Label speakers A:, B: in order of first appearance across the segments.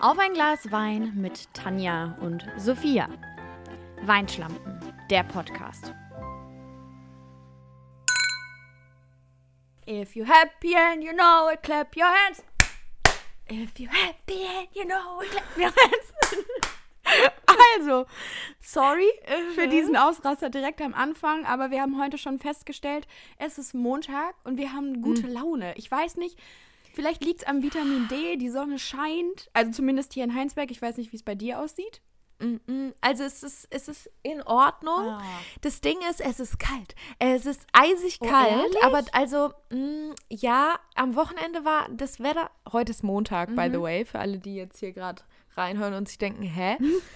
A: Auf ein Glas Wein mit Tanja und Sophia. Weinschlampen, der Podcast.
B: If you're happy and you know it, clap your hands. If you're happy and you know it, clap your hands. Also, sorry für diesen Ausraster direkt am Anfang, aber wir haben heute schon festgestellt, es ist Montag und wir haben gute Laune. Ich weiß nicht, vielleicht liegt es am Vitamin D, die Sonne scheint, also zumindest hier in Heinsberg. Ich weiß nicht, wie es bei dir aussieht.
C: Also es ist in Ordnung. Das Ding ist, es ist kalt. Es ist eisig kalt.
B: Ehrlich?
C: Aber also, ja, am Wochenende war das Wetter, heute ist Montag, by the way, für alle, die jetzt hier gerade reinhören und sich denken, hä?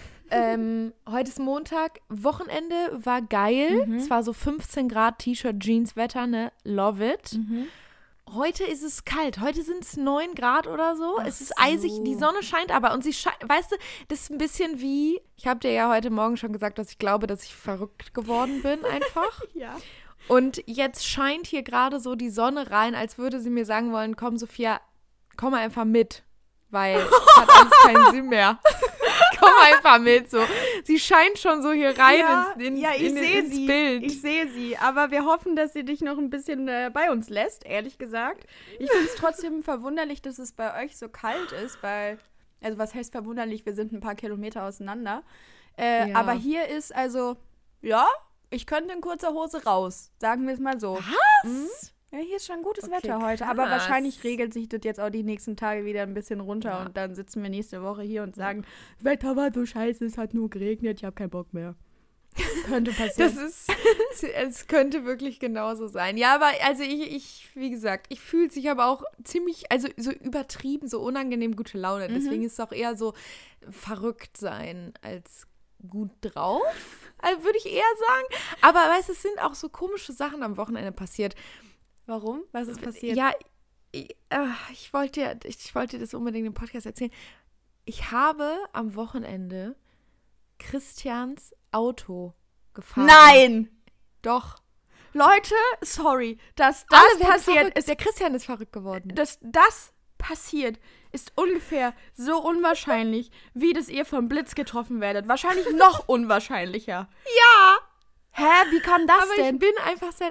C: Heute ist Montag, Wochenende war geil. Es war so 15 Grad T-Shirt, Jeans Wetter, ne? Love it. Heute ist es kalt. Heute sind es 9 Grad oder so. Es ist eisig, die Sonne scheint aber. Und sie weißt du, das ist ein bisschen wie, ich habe dir ja heute Morgen schon gesagt, dass ich glaube, dass ich verrückt geworden bin einfach.
B: Ja.
C: Und jetzt scheint hier gerade so die Sonne rein, als würde sie mir sagen wollen, komm Sophia, komm mal einfach mit. Weil es hat alles keinen Sinn mehr. Komm einfach mit, so. Sie scheint schon so hier rein ins Bild.
B: Ich sehe sie, aber wir hoffen, dass sie dich noch ein bisschen bei uns lässt, ehrlich gesagt. Ich finde es trotzdem verwunderlich, dass es bei euch so kalt ist, weil, also was heißt verwunderlich, wir sind ein paar Kilometer auseinander. Aber hier ist also, ja, ich könnte in kurzer Hose raus, sagen wir es mal so.
C: Was?
B: Ja, hier ist schon gutes
C: Okay,
B: Wetter heute,
C: krass.
B: aber wahrscheinlich regelt sich das jetzt auch die nächsten Tage wieder ein bisschen runter und dann sitzen wir nächste Woche hier und sagen, Wetter war so scheiße, es hat nur geregnet, ich habe keinen Bock mehr. Könnte passieren.
C: Es könnte wirklich genauso sein. Ja, aber also ich wie gesagt, ich fühle sich aber auch ziemlich, also so übertrieben, so unangenehm gute Laune. Deswegen ist es auch eher so verrückt sein als gut drauf, also würde ich eher sagen. Aber weißt du, es sind auch so komische Sachen am Wochenende passiert.
B: Warum? Was ist passiert?
C: Ja, ich wollte dir das unbedingt im Podcast erzählen. Ich habe am Wochenende Christians Auto gefahren.
B: Nein!
C: Doch.
B: Leute, sorry, dass
C: Alle
B: das
C: werden
B: passiert
C: verrückt.
B: ist,
C: Der Christian ist verrückt geworden.
B: dass das passiert, ist ungefähr so unwahrscheinlich, wie dass ihr vom Blitz getroffen werdet. Wahrscheinlich noch unwahrscheinlicher.
C: Ja!
B: Hä, wie kam das
C: Aber
B: denn?
C: ich bin einfach sein...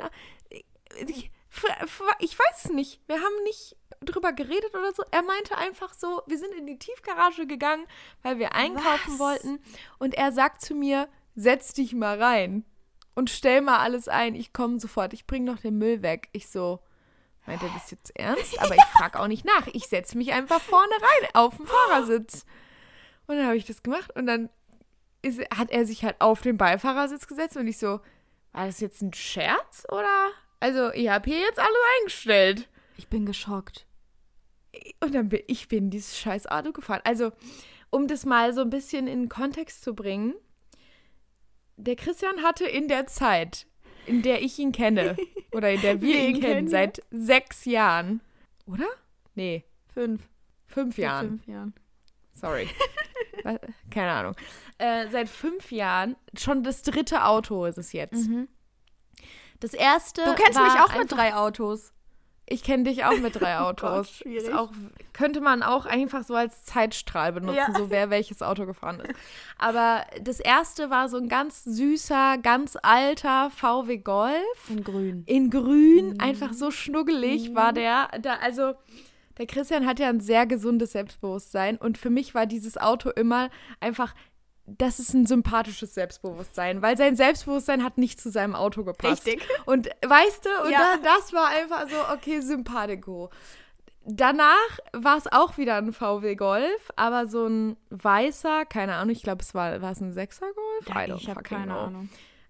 C: Ich weiß es nicht. Wir haben nicht drüber geredet oder so. Er meinte einfach so, wir sind in die Tiefgarage gegangen, weil wir einkaufen wollten. Und er sagt zu mir, setz dich mal rein und stell mal alles ein. Ich komme sofort. Ich bringe noch den Müll weg. Ich so, meint er das jetzt ernst? Aber ich frage auch nicht nach. Ich setze mich einfach vorne rein auf den Fahrersitz. Und dann habe ich das gemacht. Und dann hat er sich halt auf den Beifahrersitz gesetzt. Und ich so, war das jetzt ein Scherz oder... Also, ich habe hier jetzt alles eingestellt.
B: Ich bin geschockt.
C: Und dann bin ich dieses scheiß Auto gefahren. Also, um das mal so ein bisschen in den Kontext zu bringen, der Christian hatte in der Zeit, in der ich ihn kenne, oder in der wir ihn kennen, seit 6 Jahren, oder? Nee, 5 Jahren.
B: 5 Jahren.
C: Sorry. Keine Ahnung. Seit 5 Jahren, schon das 3. Auto ist es jetzt. Das erste.
B: Du kennst mich auch mit
C: einfach,
B: 3 Autos.
C: Ich kenne dich auch mit 3 Autos.
B: Gott, schwierig.
C: Ist auch, könnte man auch einfach so als Zeitstrahl benutzen,
B: Ja.
C: so wer welches Auto gefahren ist. Aber das erste war so ein ganz süßer, ganz alter VW Golf.
B: In grün.
C: Einfach so schnuggelig war der. Also der Christian hat ja ein sehr gesundes Selbstbewusstsein und für mich war dieses Auto immer einfach... Das ist ein sympathisches Selbstbewusstsein, weil sein Selbstbewusstsein hat nicht zu seinem Auto gepasst.
B: Richtig.
C: Und weißt du, und
B: Ja.
C: das war einfach so, okay, Sympathico. Danach war es auch wieder ein VW Golf, aber so ein weißer, keine Ahnung, ich glaube, war es ein 6er Golf?
B: Ich habe keine Ahnung.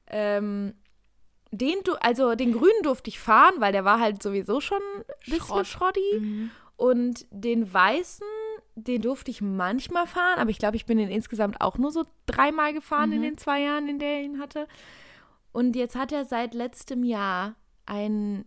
C: Den grünen durfte ich fahren, weil der war halt sowieso schon ein bisschen schrotti. Und den weißen, den durfte ich manchmal fahren, aber ich glaube, ich bin den insgesamt auch nur so 3-mal gefahren in den 2 Jahren, in der ich ihn hatte. Und jetzt hat er seit letztem Jahr einen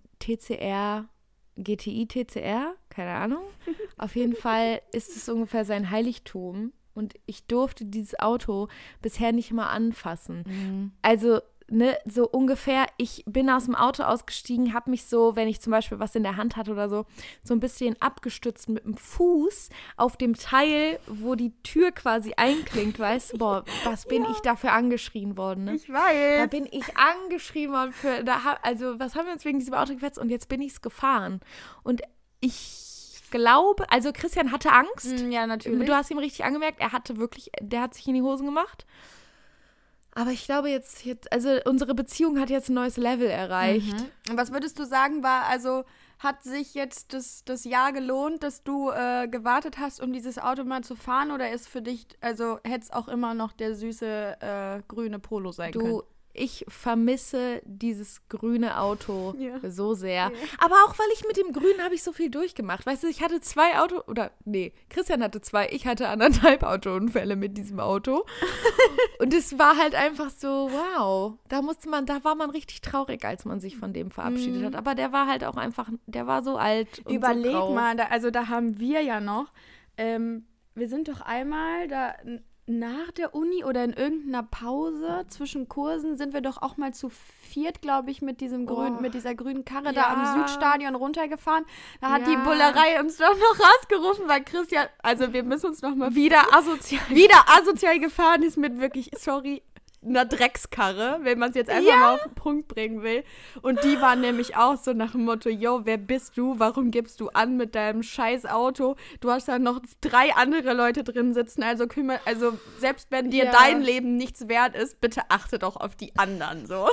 C: GTI TCR, keine Ahnung. Auf jeden Fall ist es ungefähr sein Heiligtum und ich durfte dieses Auto bisher nicht mal anfassen. Also ne, so ungefähr, ich bin aus dem Auto ausgestiegen, habe mich so, wenn ich zum Beispiel was in der Hand hatte oder so, so ein bisschen abgestützt mit dem Fuß auf dem Teil, wo die Tür quasi einklingt, weißt du? Boah, was bin ich dafür angeschrien worden, ne?
B: Ich weiß.
C: Da bin ich angeschrien worden für, also was haben wir uns wegen diesem Auto gefetzt und jetzt bin ich es gefahren. Und ich glaube, also Christian hatte Angst.
B: Ja, natürlich.
C: Du hast ihm richtig angemerkt, der hat sich in die Hosen gemacht. Aber ich glaube jetzt, also unsere Beziehung hat jetzt ein neues Level erreicht.
B: Und was würdest du sagen, hat sich jetzt das Jahr gelohnt, dass du gewartet hast, um dieses Auto mal zu fahren? Oder ist für dich, also hätte es auch immer noch der süße grüne Polo sein können?
C: Ich vermisse dieses grüne Auto so sehr.
B: Ja.
C: Aber auch, weil ich mit dem Grünen habe ich so viel durchgemacht. Weißt du, ich hatte 2 Christian hatte 2, ich hatte 1,5 Autounfälle mit diesem Auto. Und es war halt einfach so, wow. Da war man richtig traurig, als man sich von dem verabschiedet hat. Aber der war halt auch einfach, der war so alt und
B: Überleg
C: so grau.
B: mal, da haben wir ja noch, wir sind doch einmal da nach der Uni oder in irgendeiner Pause zwischen Kursen sind wir doch auch mal zu 4, glaube ich, mit dieser grünen Karre da am Südstadion runtergefahren. Da hat die Bullerei uns doch noch rausgerufen, weil Christian, also wir müssen uns noch mal wieder asozial gefahren ist mit wirklich, sorry, einer Dreckskarre, wenn man es jetzt einfach mal auf den Punkt bringen will. Und die war nämlich auch so nach dem Motto, yo, wer bist du? Warum gibst du an mit deinem scheiß Auto? Du hast da noch 3 andere Leute drin sitzen, also selbst wenn dir dein Leben nichts wert ist, bitte achte doch auf die anderen, so.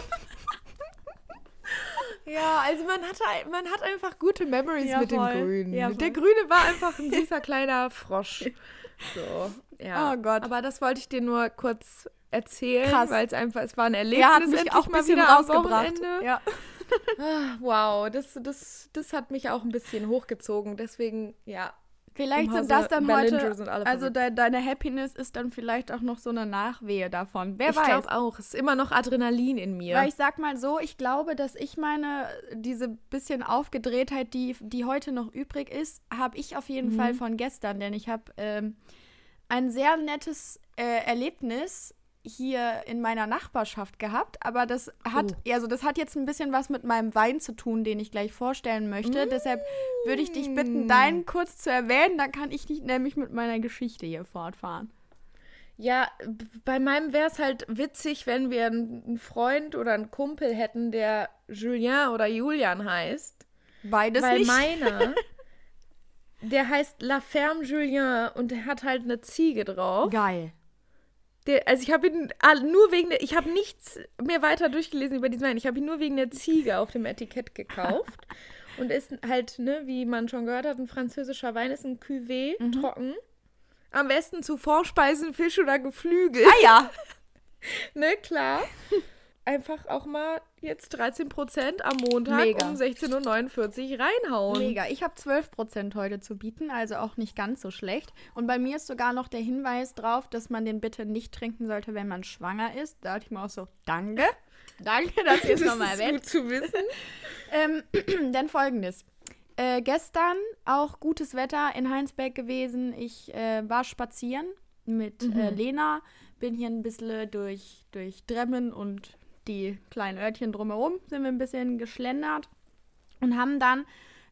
C: Ja, also man hat einfach gute Memories mit dem Grünen.
B: Ja,
C: der Grüne war einfach ein süßer kleiner Frosch. So, ja.
B: Oh Gott.
C: Aber das wollte ich dir nur kurz erzählen, weil es war ein Erlebnis.
B: Ja, hat mich auch ein bisschen rausgebracht.
C: Ja. Wow, das hat mich auch ein bisschen hochgezogen. Deswegen, ja.
B: Vielleicht sind das dann heute, also deine Happiness ist dann vielleicht auch noch so eine Nachwehe davon. Wer weiß.
C: Ich glaube auch, es ist immer noch Adrenalin in mir.
B: Weil ich sag mal so, ich glaube, dass ich diese bisschen Aufgedrehtheit, die heute noch übrig ist, habe ich auf jeden Fall von gestern. Denn ich habe ein sehr nettes Erlebnis hier in meiner Nachbarschaft gehabt, aber das hat jetzt ein bisschen was mit meinem Wein zu tun, den ich gleich vorstellen möchte. Deshalb würde ich dich bitten, deinen kurz zu erwähnen, dann kann ich nicht nämlich mit meiner Geschichte hier fortfahren.
C: Ja, bei meinem wäre es halt witzig, wenn wir einen Freund oder einen Kumpel hätten, der Julien oder Julian heißt.
B: Beides
C: weil
B: nicht.
C: Weil meiner, der heißt La Ferme Julien und der hat halt eine Ziege drauf.
B: Geil.
C: Also ich habe ihn ich habe nichts mehr weiter durchgelesen über diesen Wein. Ich habe ihn nur wegen der Ziege auf dem Etikett gekauft. Und ist halt, ne, wie man schon gehört hat, ein französischer Wein, ist ein Cuvée, trocken. Am besten zu Vorspeisen, Fisch oder Geflügel.
B: Ah ja.
C: Ne, klar. Einfach auch mal jetzt 13% am Montag
B: Mega.
C: um 16:49 Uhr reinhauen.
B: Mega. Ich habe 12% heute zu bieten, also auch nicht ganz so schlecht. Und bei mir ist sogar noch der Hinweis drauf, dass man den bitte nicht trinken sollte, wenn man schwanger ist. Da dachte ich mir auch so, danke. Danke, dass ihr es nochmal erwähnt.
C: Gut zu wissen.
B: Denn Folgendes. Gestern auch gutes Wetter in Heinsberg gewesen. Ich war spazieren mit Lena. Bin hier ein bisschen durch Dremmen und die kleinen Örtchen drumherum sind wir ein bisschen geschlendert und haben dann,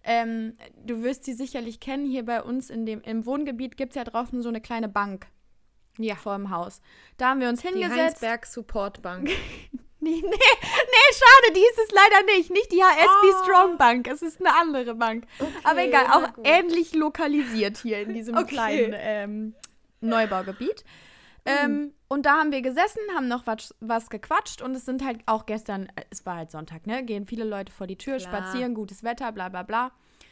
B: du wirst sie sicherlich kennen, hier bei uns im Wohngebiet gibt es ja draußen so eine kleine Bank vor dem Haus. Da haben wir uns hingesetzt.
C: Die Heinsberg Support Bank.
B: Nee, schade, die ist es leider nicht. Nicht die HSB Strong Bank, es ist eine andere Bank. Okay, aber egal, auch ähnlich lokalisiert hier in diesem kleinen Neubaugebiet. Und da haben wir gesessen, haben noch was gequatscht und es sind halt auch gestern, es war halt Sonntag, ne, gehen viele Leute vor die Tür, spazieren, gutes Wetter, bla bla bla.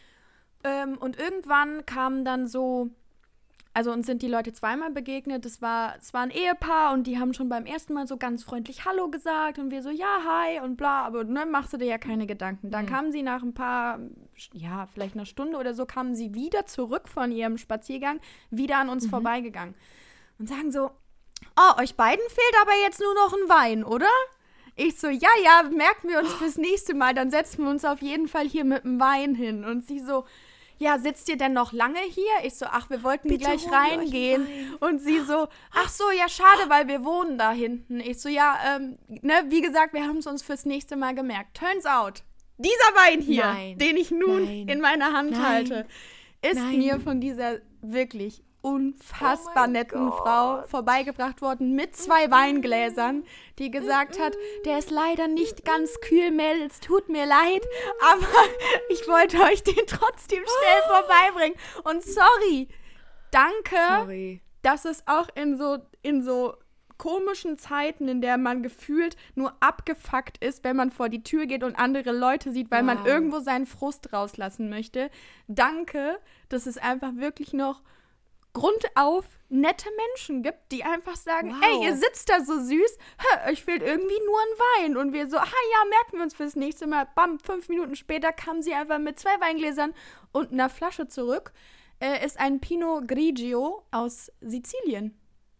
B: Und irgendwann kamen dann so, also uns sind die Leute zweimal begegnet, es war ein Ehepaar und die haben schon beim ersten Mal so ganz freundlich Hallo gesagt und wir so, ja, hi und bla, aber ne, machst du dir ja keine Gedanken. Dann kamen sie nach ein paar, vielleicht einer Stunde oder so, kamen sie wieder zurück von ihrem Spaziergang, wieder an uns vorbeigegangen und sagen so, oh, euch beiden fehlt aber jetzt nur noch ein Wein, oder? Ich so, ja, merken wir uns fürs nächste Mal, dann setzen wir uns auf jeden Fall hier mit dem Wein hin. Und sie so, ja, sitzt ihr denn noch lange hier? Ich so, ach, wir wollten
C: Bitte
B: gleich
C: holen wir euch
B: reingehen.
C: Wein.
B: Und sie so, ach so, ja, schade, weil wir wohnen da hinten. Ich so, ja, wie gesagt, wir haben es uns fürs nächste Mal gemerkt. Turns out, dieser Wein hier,
C: Nein.
B: den ich nun
C: Nein.
B: in meiner Hand
C: Nein.
B: halte, ist
C: Nein.
B: mir von dieser wirklich unfassbar
C: mein
B: netten
C: Gott.
B: Frau vorbeigebracht worden mit 2 Weingläsern, die gesagt hat, der ist leider nicht ganz kühl, Mädels, tut mir leid, aber ich wollte euch den trotzdem schnell vorbeibringen. Und sorry, danke,
C: Sorry.
B: dass es auch in so komischen Zeiten, in der man gefühlt nur abgefuckt ist, wenn man vor die Tür geht und andere Leute sieht, weil man
C: Wow.
B: irgendwo seinen Frust rauslassen möchte. Danke, dass es einfach wirklich noch grundauf nette Menschen gibt, die einfach sagen,
C: Wow.
B: ey, ihr sitzt da so süß, euch fehlt irgendwie nur ein Wein. Und wir so, ja, merken wir uns fürs nächste Mal. Bam, 5 Minuten später kam sie einfach mit 2 Weingläsern und einer Flasche zurück. Ist ein Pinot Grigio aus Sizilien.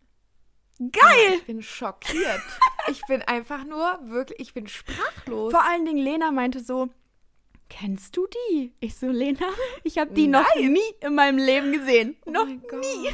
B: Geil!
C: Ich bin schockiert. Ich bin einfach nur wirklich, ich bin sprachlos.
B: Vor allen Dingen Lena meinte so, kennst du die? Ich so, Lena, ich habe die noch nie in meinem Leben gesehen. Noch
C: nie.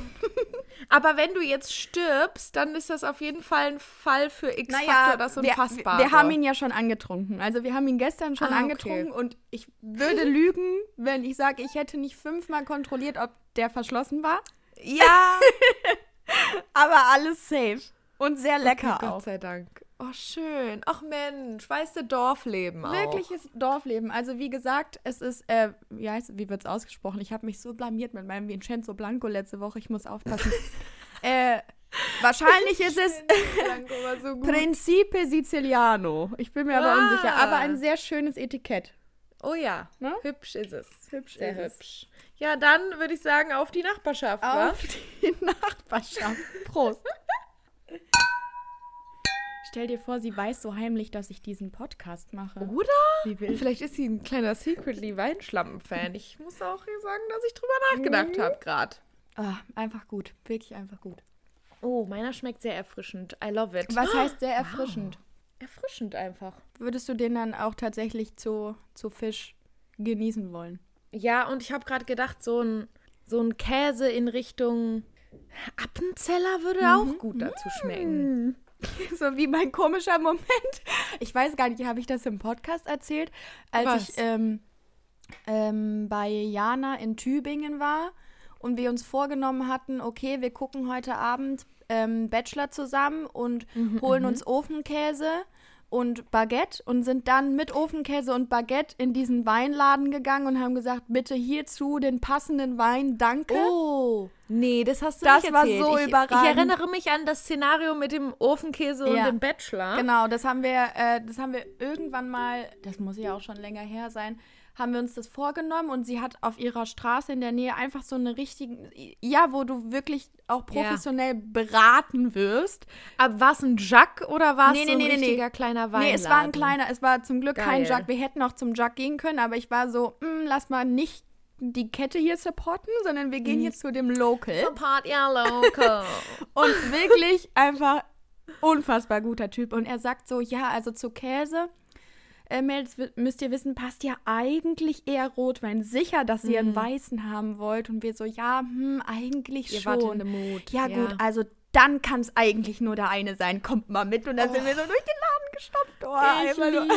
C: Aber wenn du jetzt stirbst, dann ist das auf jeden Fall ein Fall für X-Factor, das Unfassbare.
B: wir haben ihn ja schon angetrunken. Also wir haben ihn gestern schon
C: Ah,
B: angetrunken und ich würde lügen, wenn ich sage, ich hätte nicht 5-mal kontrolliert, ob der verschlossen war.
C: Ja,
B: Aber alles safe. Und sehr lecker
C: Gott
B: auch.
C: sei Dank. Oh, schön. Ach Mensch, weißt du, Dorfleben auch.
B: Wirkliches Dorfleben. Also wie gesagt, es ist, wie wird es ausgesprochen? Ich habe mich so blamiert mit meinem Vincenzo Blanco letzte Woche. Ich muss aufpassen. Wahrscheinlich ist es
C: Blanco war so gut.
B: Principe Siciliano. Ich bin mir aber unsicher. Aber ein sehr schönes Etikett.
C: Oh ja,
B: Ne?
C: hübsch ist es.
B: Hübsch
C: Sehr
B: ist es.
C: hübsch. Ja, dann würde ich sagen, auf die Nachbarschaft, wa?
B: Auf die Nachbarschaft. Prost. Stell dir vor, sie weiß so heimlich, dass ich diesen Podcast mache.
C: Oder?
B: Wie wild.
C: Vielleicht ist sie ein kleiner Secretly Weinschlampen-Fan. Ich muss auch hier sagen, dass ich drüber nachgedacht habe gerade.
B: Einfach gut. Wirklich einfach gut.
C: Oh, meiner schmeckt sehr erfrischend. I love it.
B: Was heißt sehr erfrischend?
C: Erfrischend einfach.
B: Würdest du den dann auch tatsächlich zu Fisch genießen wollen?
C: Ja, und ich habe gerade gedacht, so ein Käse in Richtung Appenzeller würde auch gut dazu schmecken.
B: So wie mein komischer Moment. Ich weiß gar nicht, habe ich das im Podcast erzählt? Als
C: Was?
B: ich bei Jana in Tübingen war und wir uns vorgenommen hatten, okay, wir gucken heute Abend Bachelor zusammen und holen uns Ofenkäse und Baguette und sind dann mit Ofenkäse und Baguette in diesen Weinladen gegangen und haben gesagt, bitte hierzu den passenden Wein, danke.
C: Oh, nee, das hast du
B: Das
C: nicht
B: war
C: erzählt.
B: so
C: ich
B: überragend.
C: erinnere mich an das Szenario mit dem Ofenkäse und
B: Ja.
C: dem Bachelor.
B: Genau, das haben wir irgendwann mal, das muss ja auch schon länger her sein, haben wir uns das vorgenommen und sie hat auf ihrer Straße in der Nähe einfach so eine richtigen, ja, wo du wirklich auch professionell beraten wirst.
C: Aber war es ein Jacques oder war es
B: Nee,
C: so ein
B: nee, nee,
C: richtiger kleiner Weinladen?
B: Nee, es war ein kleiner, es war zum Glück kein
C: Geil.
B: Jacques. Wir hätten auch zum Jacques gehen können, aber ich war so, lass mal nicht die Kette hier supporten, sondern wir gehen jetzt zu dem Local.
C: Support your local.
B: Und wirklich einfach unfassbar guter Typ. Und er sagt so, ja, also zu Käse, Mädels, müsst ihr wissen, passt ja eigentlich eher Rotwein. Sicher, dass ihr einen weißen haben wollt. Und wir so, ja, eigentlich
C: Ihr
B: schon.
C: wart in the mood.
B: Ja, gut, also dann kann es eigentlich nur der eine sein. Kommt mal mit. Und dann sind wir so durch den Laden gestopft. Oh, einfach nur.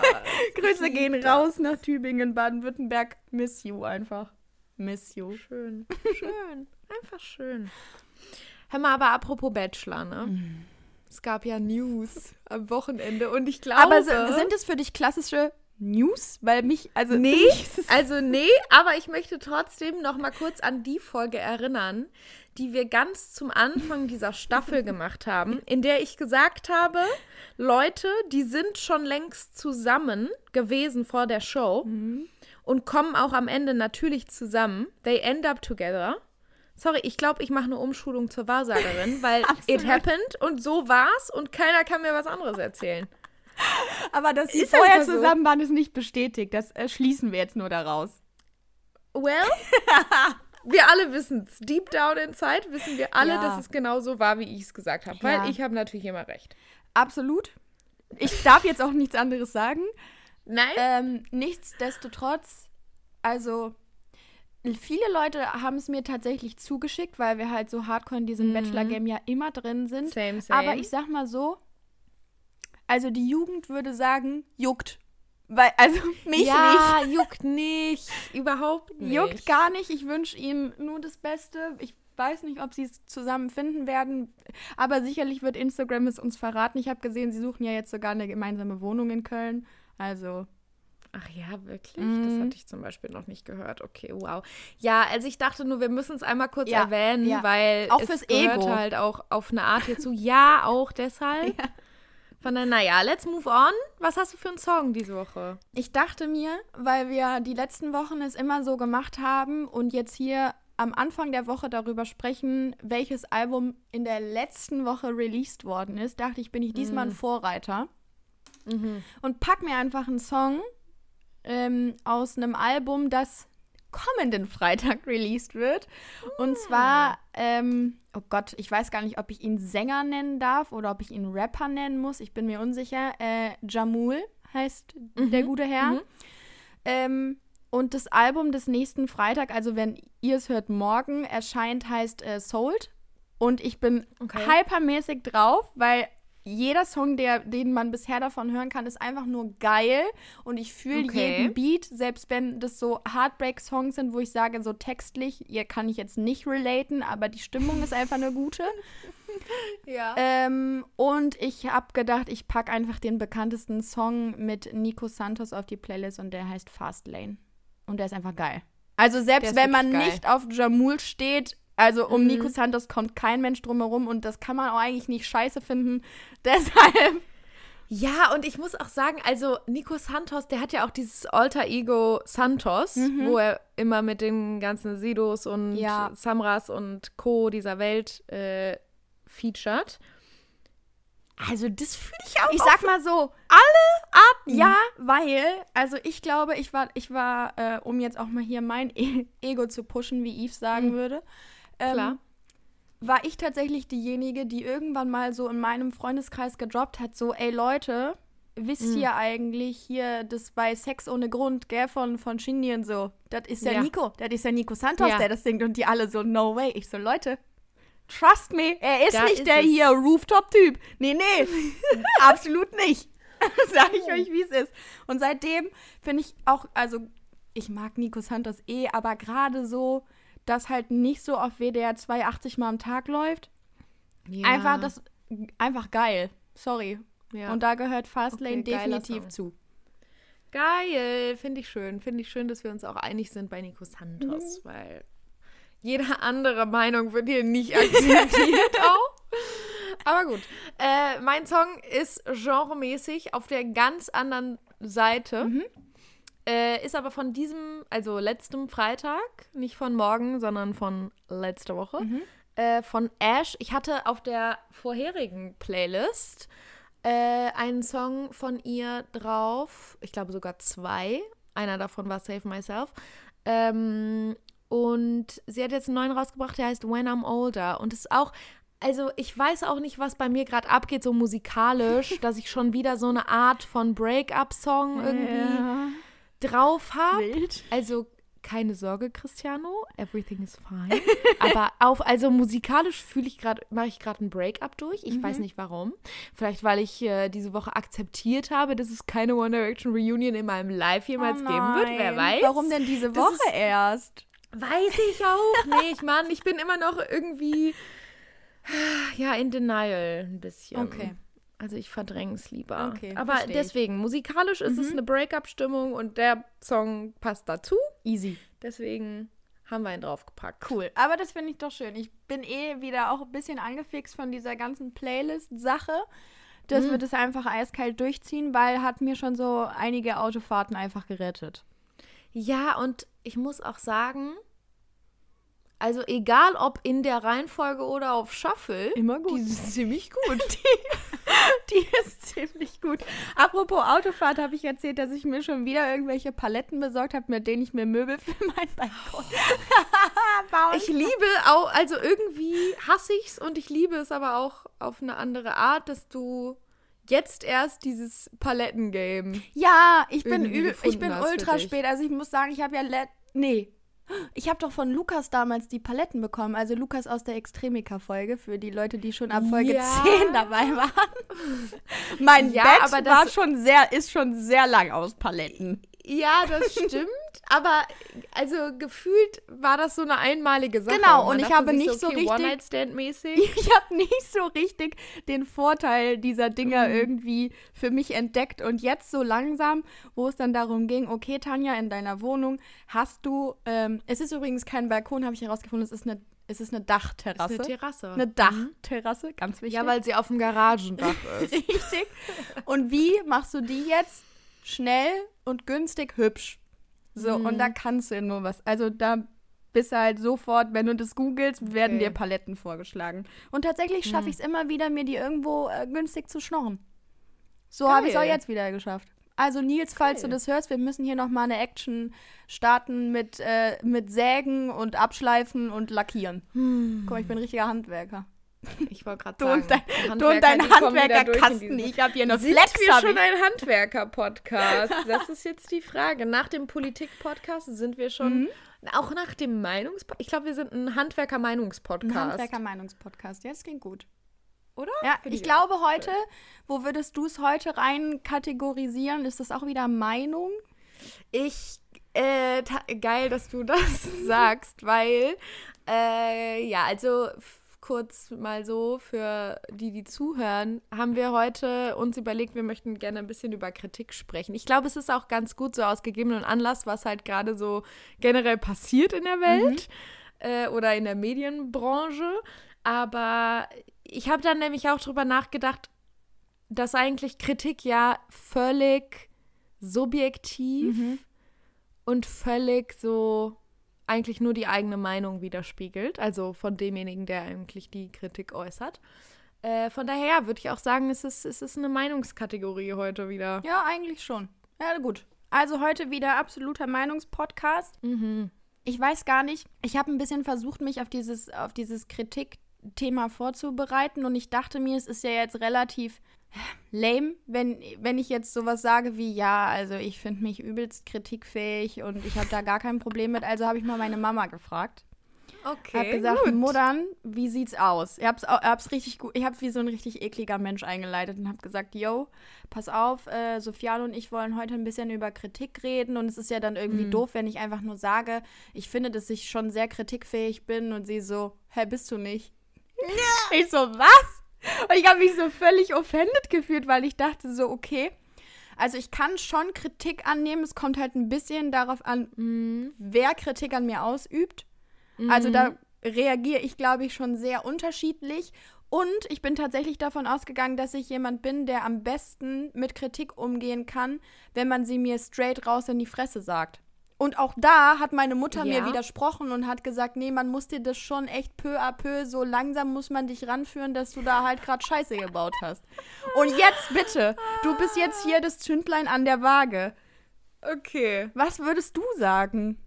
B: Grüße gehen raus nach Tübingen, Baden-Württemberg. Miss you einfach. Miss you.
C: Schön, schön, einfach schön. Hör mal, aber apropos Bachelor, ne? Es gab ja News am Wochenende und ich glaube...
B: Aber sind es für dich klassische News? Weil mich, also... für
C: Nee,
B: mich ist es-
C: also nee, aber ich möchte trotzdem noch mal kurz an die Folge erinnern, die wir ganz zum Anfang dieser Staffel gemacht haben, in der ich gesagt habe, Leute, die sind schon längst zusammen gewesen vor der Show und kommen auch am Ende natürlich zusammen. They end up together. Sorry, ich glaube, ich mache eine Umschulung zur Wahrsagerin, weil it happened und so war's und keiner kann mir was anderes erzählen.
B: Aber dass sie
C: Ist
B: vorher
C: einfach so.
B: zusammen waren, ist nicht bestätigt. Das schließen wir jetzt nur daraus.
C: Well, wir alle wissen es. Deep down inside wissen wir alle,
B: Ja.
C: dass es genau so war, wie ich es gesagt habe.
B: Ja.
C: Weil ich habe natürlich immer recht.
B: Absolut. Ich darf jetzt auch nichts anderes sagen.
C: Nein?
B: Nichtsdestotrotz, also viele Leute haben es mir tatsächlich zugeschickt, weil wir halt so hardcore in diesem Bachelor-Game ja immer drin sind.
C: Same.
B: Aber ich sag mal so, also die Jugend würde sagen, juckt. Weil, also mich nicht.
C: Ja, juckt nicht. Überhaupt nicht.
B: Juckt gar nicht. Ich wünsche ihnen nur das Beste. Ich weiß nicht, ob sie es zusammen finden werden. Aber sicherlich wird Instagram es uns verraten. Ich habe gesehen, sie suchen ja jetzt sogar eine gemeinsame Wohnung in Köln. Also...
C: Ach ja, wirklich? Das hatte ich zum Beispiel noch nicht gehört. Okay, wow. Ja, also ich dachte nur, wir müssen es einmal kurz erwähnen, weil
B: auch
C: es
B: fürs
C: gehört
B: Ego
C: halt auch auf eine Art hierzu. Ja, auch deshalb. Ja. Von daher, naja, let's move on. Was hast du für einen Song diese Woche?
B: Ich dachte mir, weil wir die letzten Wochen es immer so gemacht haben und jetzt hier am Anfang der Woche darüber sprechen, welches Album in der letzten Woche released worden ist, dachte ich, bin ich diesmal ein Vorreiter und pack mir einfach einen Song aus einem Album, das kommenden Freitag released wird. Und zwar, oh Gott, ich weiß gar nicht, ob ich ihn Sänger nennen darf oder ob ich ihn Rapper nennen muss. Ich bin mir unsicher. Jamul heißt der gute Herr. Und das Album des nächsten Freitag, also wenn ihr es hört, morgen erscheint, heißt Sold. Und ich bin hypermäßig drauf, weil jeder Song, den man bisher davon hören kann, ist einfach nur geil. Und ich fühle jeden Beat, selbst wenn das so Heartbreak-Songs sind, wo ich sage, so textlich, hier kann ich jetzt nicht relaten, aber die Stimmung ist einfach eine gute.
C: Ja.
B: Und ich habe gedacht, ich packe einfach den bekanntesten Song mit Nico Santos auf die Playlist und der heißt Fastlane. Und der ist einfach geil. Also selbst wenn man nicht auf Jamul steht, also um Nico Santos kommt kein Mensch drumherum und das kann man auch eigentlich nicht scheiße finden. Deshalb.
C: Ja, und ich muss auch sagen, also Nico Santos, der hat ja auch dieses Alter Ego Santos, wo er immer mit den ganzen Sidos und Samras und Co. dieser Welt featured.
B: Also das fühle ich auch. Ich
C: sag mal so,
B: alle Arten. Ja, weil, also ich glaube, ich war, um jetzt auch mal hier mein Ego zu pushen, wie Yves sagen würde,
C: klar,
B: war ich tatsächlich diejenige, die irgendwann mal so in meinem Freundeskreis gedroppt hat, so, ey Leute, wisst ihr eigentlich hier das bei Sex ohne Grund, gell, von Shindy und so, das ist ja Nico, das ist ja Nico Santos, der das singt und die alle so, no way. Ich so, Leute, trust me, er ist nicht der hier Rooftop-Typ. Nee, absolut nicht. Sag ich euch, wie es ist. Und seitdem finde ich auch, also ich mag Nico Santos aber gerade so, dass halt nicht so auf WDR 2 80 Mal am Tag läuft. Ja. Einfach geil. Sorry. Ja. Und da gehört Fastlane definitiv zu.
C: Geil, finde ich schön. Finde ich schön, dass wir uns auch einig sind bei Nico Santos, weil jede andere Meinung wird hier nicht akzeptiert auch. Aber gut. Mein Song ist genremäßig auf der ganz anderen Seite. Ist aber von diesem, also letztem Freitag, nicht von morgen, sondern von letzter Woche, von Ash. Ich hatte auf der vorherigen Playlist einen Song von ihr drauf, ich glaube sogar 2. Einer davon war Save Myself. Und sie hat jetzt einen neuen rausgebracht, der heißt When I'm Older. Und es ist auch, also ich weiß auch nicht, was bei mir gerade abgeht, so musikalisch, dass ich schon wieder so eine Art von Break-up-Song irgendwie drauf habe. Also keine Sorge, Cristiano, everything is fine. Aber also musikalisch mache ich gerade ein Break-up durch. Ich weiß nicht warum. Vielleicht, weil ich diese Woche akzeptiert habe, dass es keine One Direction Reunion in meinem Live jemals geben wird. Wer weiß.
B: Warum denn diese Woche erst?
C: Weiß ich auch nicht, Mann. Ich bin immer noch irgendwie in Denial ein bisschen.
B: Okay.
C: Also ich verdränge es lieber.
B: Okay,
C: aber deswegen, musikalisch ist es eine Break-up-Stimmung und der Song passt dazu.
B: Easy.
C: Deswegen haben wir ihn draufgepackt.
B: Cool, aber das finde ich doch schön. Ich bin wieder auch ein bisschen angefixt von dieser ganzen Playlist-Sache, dass wir das einfach eiskalt durchziehen, weil hat mir schon so einige Autofahrten einfach gerettet.
C: Ja, und ich muss auch sagen, also egal ob in der Reihenfolge oder auf Shuffle,
B: immer gut.
C: Die ist ziemlich gut.
B: Die ist ziemlich gut. Apropos Autofahrt, habe ich erzählt, dass ich mir schon wieder irgendwelche Paletten besorgt habe, mit denen ich mir Möbel für meinen Balkon bauen.
C: Ich liebe auch, also irgendwie hasse ich es und ich liebe es aber auch auf eine andere Art, dass du jetzt erst dieses Palettengame.
B: Ja, ich bin ultra spät. Also ich muss sagen, ich habe ja Ich habe doch von Lukas damals die Paletten bekommen. Also Lukas aus der Extremica-Folge, für die Leute, die schon ab Folge 10 dabei waren. Mein Bett
C: aber das
B: ist schon sehr lang aus Paletten.
C: Ja, das stimmt. Aber also gefühlt war das so eine einmalige Sache.
B: Genau, und
C: Man
B: ich
C: dachte
B: habe
C: sich
B: nicht so richtig...
C: One-Night-Stand-mäßig.
B: Ich habe nicht so richtig den Vorteil dieser Dinger irgendwie für mich entdeckt. Und jetzt so langsam, wo es dann darum ging, okay, Tanja, in deiner Wohnung hast du, es ist übrigens kein Balkon, habe ich herausgefunden, es ist eine Dachterrasse.
C: Eine Terrasse.
B: Eine Dachterrasse, ganz wichtig.
C: Ja, weil sie auf dem Garagendach ist.
B: Richtig. Und wie machst du die jetzt schnell und günstig hübsch? So, und da kannst du ja nur was. Also da bist du halt sofort, wenn du das googelst, werden dir Paletten vorgeschlagen. Und tatsächlich schaffe ich es immer wieder, mir die irgendwo günstig zu schnorren. So habe ich es auch jetzt wieder geschafft. Also Nils, falls du das hörst, wir müssen hier nochmal eine Action starten mit Sägen und Abschleifen und Lackieren. Guck mal, ich bin ein richtiger Handwerker.
C: Ich wollte gerade sagen.
B: Du und dein Handwerkerkasten. Ich habe hier eine Flex.
C: Sind wir schon ein Handwerker-Podcast? Das ist jetzt die Frage. Nach dem Politik-Podcast sind wir schon, auch nach dem Meinungspodcast. Ich glaube, wir sind ein Handwerker-Meinungspodcast.
B: Ein Handwerker-Meinungspodcast. Ja, das klingt gut.
C: Oder?
B: Ja, ich glaube heute, wo würdest du es heute rein kategorisieren? Ist das auch wieder Meinung?
C: Geil, dass du das sagst, weil, also kurz mal so für die zuhören, haben wir heute uns überlegt, wir möchten gerne ein bisschen über Kritik sprechen. Ich glaube, es ist auch ganz gut so aus gegebenem Anlass, was halt gerade so generell passiert in der Welt oder in der Medienbranche. Aber ich habe dann nämlich auch drüber nachgedacht, dass eigentlich Kritik ja völlig subjektiv und völlig so eigentlich nur die eigene Meinung widerspiegelt, also von demjenigen, der eigentlich die Kritik äußert. Von daher würde ich auch sagen, es ist eine Meinungskategorie heute wieder.
B: Ja, eigentlich schon. Ja, gut. Also heute wieder absoluter Meinungspodcast. Ich weiß gar nicht, ich habe ein bisschen versucht, mich auf dieses Kritikthema vorzubereiten und ich dachte mir, es ist ja jetzt relativ lame, wenn ich jetzt sowas sage wie, ja, also ich finde mich übelst kritikfähig und ich habe da gar kein Problem mit. Also habe ich mal meine Mama gefragt.
C: Okay,
B: habe gesagt,
C: gut.
B: Muttern, wie sieht's aus? Ich hab's richtig gut, ich habe wie so ein richtig ekliger Mensch eingeleitet und habe gesagt, yo, pass auf, Sofiane und ich wollen heute ein bisschen über Kritik reden und es ist ja dann irgendwie doof, wenn ich einfach nur sage, ich finde, dass ich schon sehr kritikfähig bin und sie so, hä, bist du nicht? Ja. Ich so, was? Und ich habe mich so völlig offended gefühlt, weil ich dachte so, okay, also ich kann schon Kritik annehmen, es kommt halt ein bisschen darauf an, wer Kritik an mir ausübt. Also da reagiere ich, glaube ich, schon sehr unterschiedlich. Und ich bin tatsächlich davon ausgegangen, dass ich jemand bin, der am besten mit Kritik umgehen kann, wenn man sie mir straight raus in die Fresse sagt. Und auch da hat meine Mutter mir widersprochen und hat gesagt, nee, man muss dir das schon echt peu à peu, so langsam muss man dich ranführen, dass du da halt gerade Scheiße gebaut hast. Und jetzt bitte, du bist jetzt hier das Zündlein an der Waage.
C: Okay.
B: Was würdest du sagen?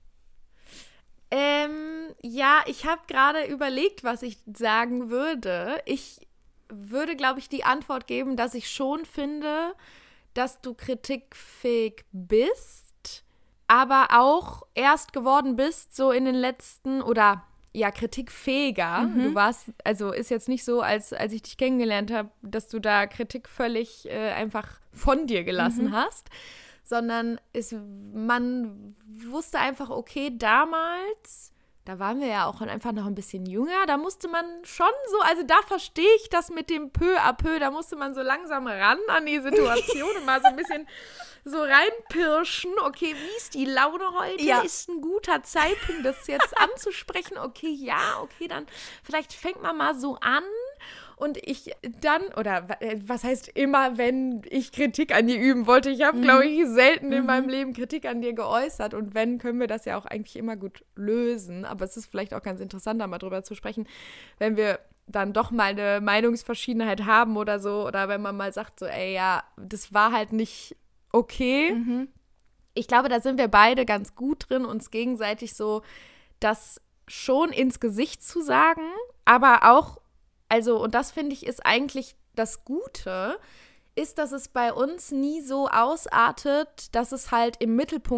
C: Ich habe gerade überlegt, was ich sagen würde. Ich würde, glaube ich, die Antwort geben, dass ich schon finde, dass du kritikfähig bist, aber auch erst geworden bist, so in den letzten, oder ja, kritikfähiger. Du warst, also ist jetzt nicht so, als ich dich kennengelernt habe, dass du da Kritik völlig einfach von dir gelassen hast, sondern man wusste einfach, okay, damals, da waren wir ja auch einfach noch ein bisschen jünger, da musste man schon so, also da verstehe ich das mit dem peu à peu, da musste man so langsam ran an die Situation und mal so ein bisschen so reinpirschen, okay, wie ist die Laune heute? Ja. Ist ein guter Zeitpunkt, das jetzt anzusprechen? Okay, dann vielleicht fängt man mal so an. Und ich dann, oder was heißt immer, wenn ich Kritik an dir üben wollte? Ich habe, glaube ich, selten in meinem Leben Kritik an dir geäußert. Und wenn, können wir das ja auch eigentlich immer gut lösen. Aber es ist vielleicht auch ganz interessant, da mal drüber zu sprechen, wenn wir dann doch mal eine Meinungsverschiedenheit haben oder so. Oder wenn man mal sagt so, ey, ja, das war halt nicht okay. Ich glaube, da sind wir beide ganz gut drin, uns gegenseitig so das schon ins Gesicht zu sagen, aber auch, also, und das finde ich ist eigentlich das Gute, ist, dass es bei uns nie so ausartet, dass es halt im Mittelpunkt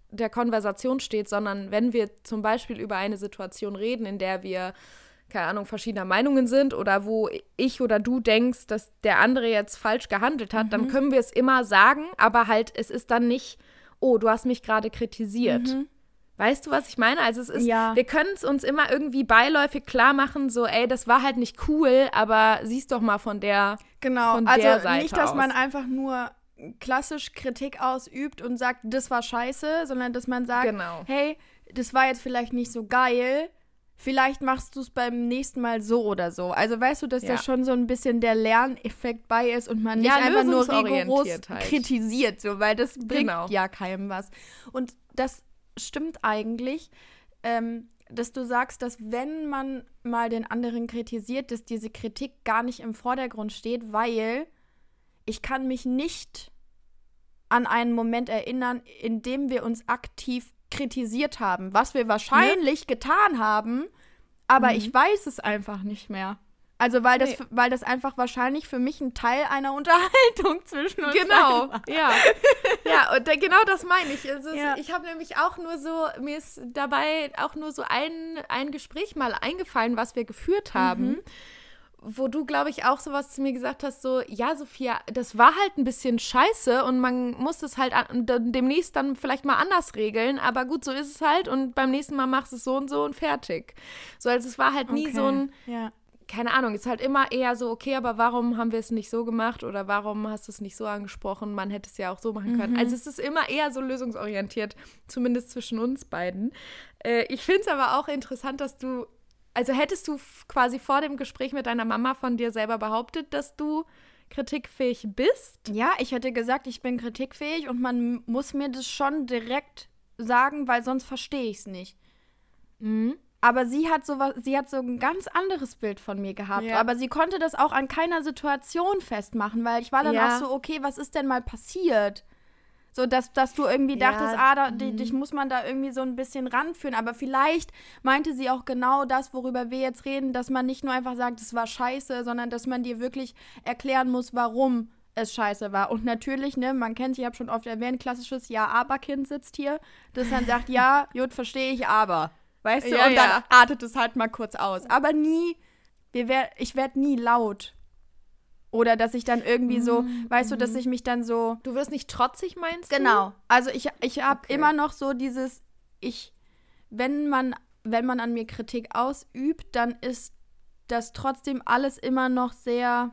C: der Konversation steht, sondern wenn wir zum Beispiel über eine Situation reden, in der wir, keine Ahnung, verschiedener Meinungen sind oder wo ich oder du denkst, dass der andere jetzt falsch gehandelt hat, dann können wir es immer sagen, aber halt, es ist dann nicht, oh, du hast mich gerade kritisiert. Weißt du, was ich meine? Also es ist, wir können es uns immer irgendwie beiläufig klar machen, so, ey, das war halt nicht cool, aber siehst doch mal von der
B: Genau,
C: der
B: also
C: Seite
B: nicht, dass
C: aus.
B: man einfach nur klassisch Kritik ausübt und sagt, das war scheiße, sondern dass man sagt,
C: Genau.
B: hey, das war jetzt vielleicht nicht so geil, vielleicht machst du es beim nächsten Mal so oder so. Also weißt du, dass da schon so ein bisschen der Lerneffekt bei ist und man nicht einfach nur rigoros
C: halt
B: kritisiert, so, weil das bringt ja keinem was. Und das stimmt eigentlich, dass du sagst, dass wenn man mal den anderen kritisiert, dass diese Kritik gar nicht im Vordergrund steht, weil ich kann mich nicht an einen Moment erinnern, in dem wir uns aktiv kritisiert haben, was wir wahrscheinlich getan haben, aber ich weiß es einfach nicht mehr. Also weil das einfach wahrscheinlich für mich ein Teil einer Unterhaltung zwischen uns war.
C: Ja, und genau das meine ich. Also ich habe nämlich auch nur so, mir ist dabei auch nur so ein Gespräch mal eingefallen, was wir geführt haben, wo du, glaube ich, auch sowas zu mir gesagt hast, so, ja, Sophia, das war halt ein bisschen scheiße und man muss es halt demnächst dann vielleicht mal anders regeln, aber gut, so ist es halt und beim nächsten Mal machst du es so und fertig. So, also es war halt nie so ein, keine Ahnung, ist halt immer eher so, okay, aber warum haben wir es nicht so gemacht oder warum hast du es nicht so angesprochen? Man hätte es ja auch so machen können. Also es ist immer eher so lösungsorientiert, zumindest zwischen uns beiden. Ich finde es aber auch interessant, dass du, also hättest du quasi vor dem Gespräch mit deiner Mama von dir selber behauptet, dass du kritikfähig bist?
B: Ja, ich hätte gesagt, ich bin kritikfähig und man muss mir das schon direkt sagen, weil sonst verstehe ich es nicht. Aber sie hat so ein ganz anderes Bild von mir gehabt.
C: Ja.
B: Aber sie konnte das auch an keiner Situation festmachen, weil ich war dann auch so, okay, was ist denn mal passiert? So, dass du irgendwie dachtest, dich muss man da irgendwie so ein bisschen ranführen. Aber vielleicht meinte sie auch genau das, worüber wir jetzt reden, dass man nicht nur einfach sagt, es war scheiße, sondern dass man dir wirklich erklären muss, warum es scheiße war. Und natürlich, ne, man kennt, ich habe schon oft erwähnt, klassisches Ja-Aber-Kind sitzt hier, das dann sagt, ja, gut, verstehe ich, aber. Weißt du, und dann artet es halt mal kurz aus. Aber nie, ich werde nie laut. Oder dass ich dann irgendwie so, weißt du, dass ich mich dann so...
C: Du wirst nicht trotzig, meinst du?
B: Genau. Also ich habe immer noch so dieses, wenn man an mir Kritik ausübt, dann ist das trotzdem alles immer noch sehr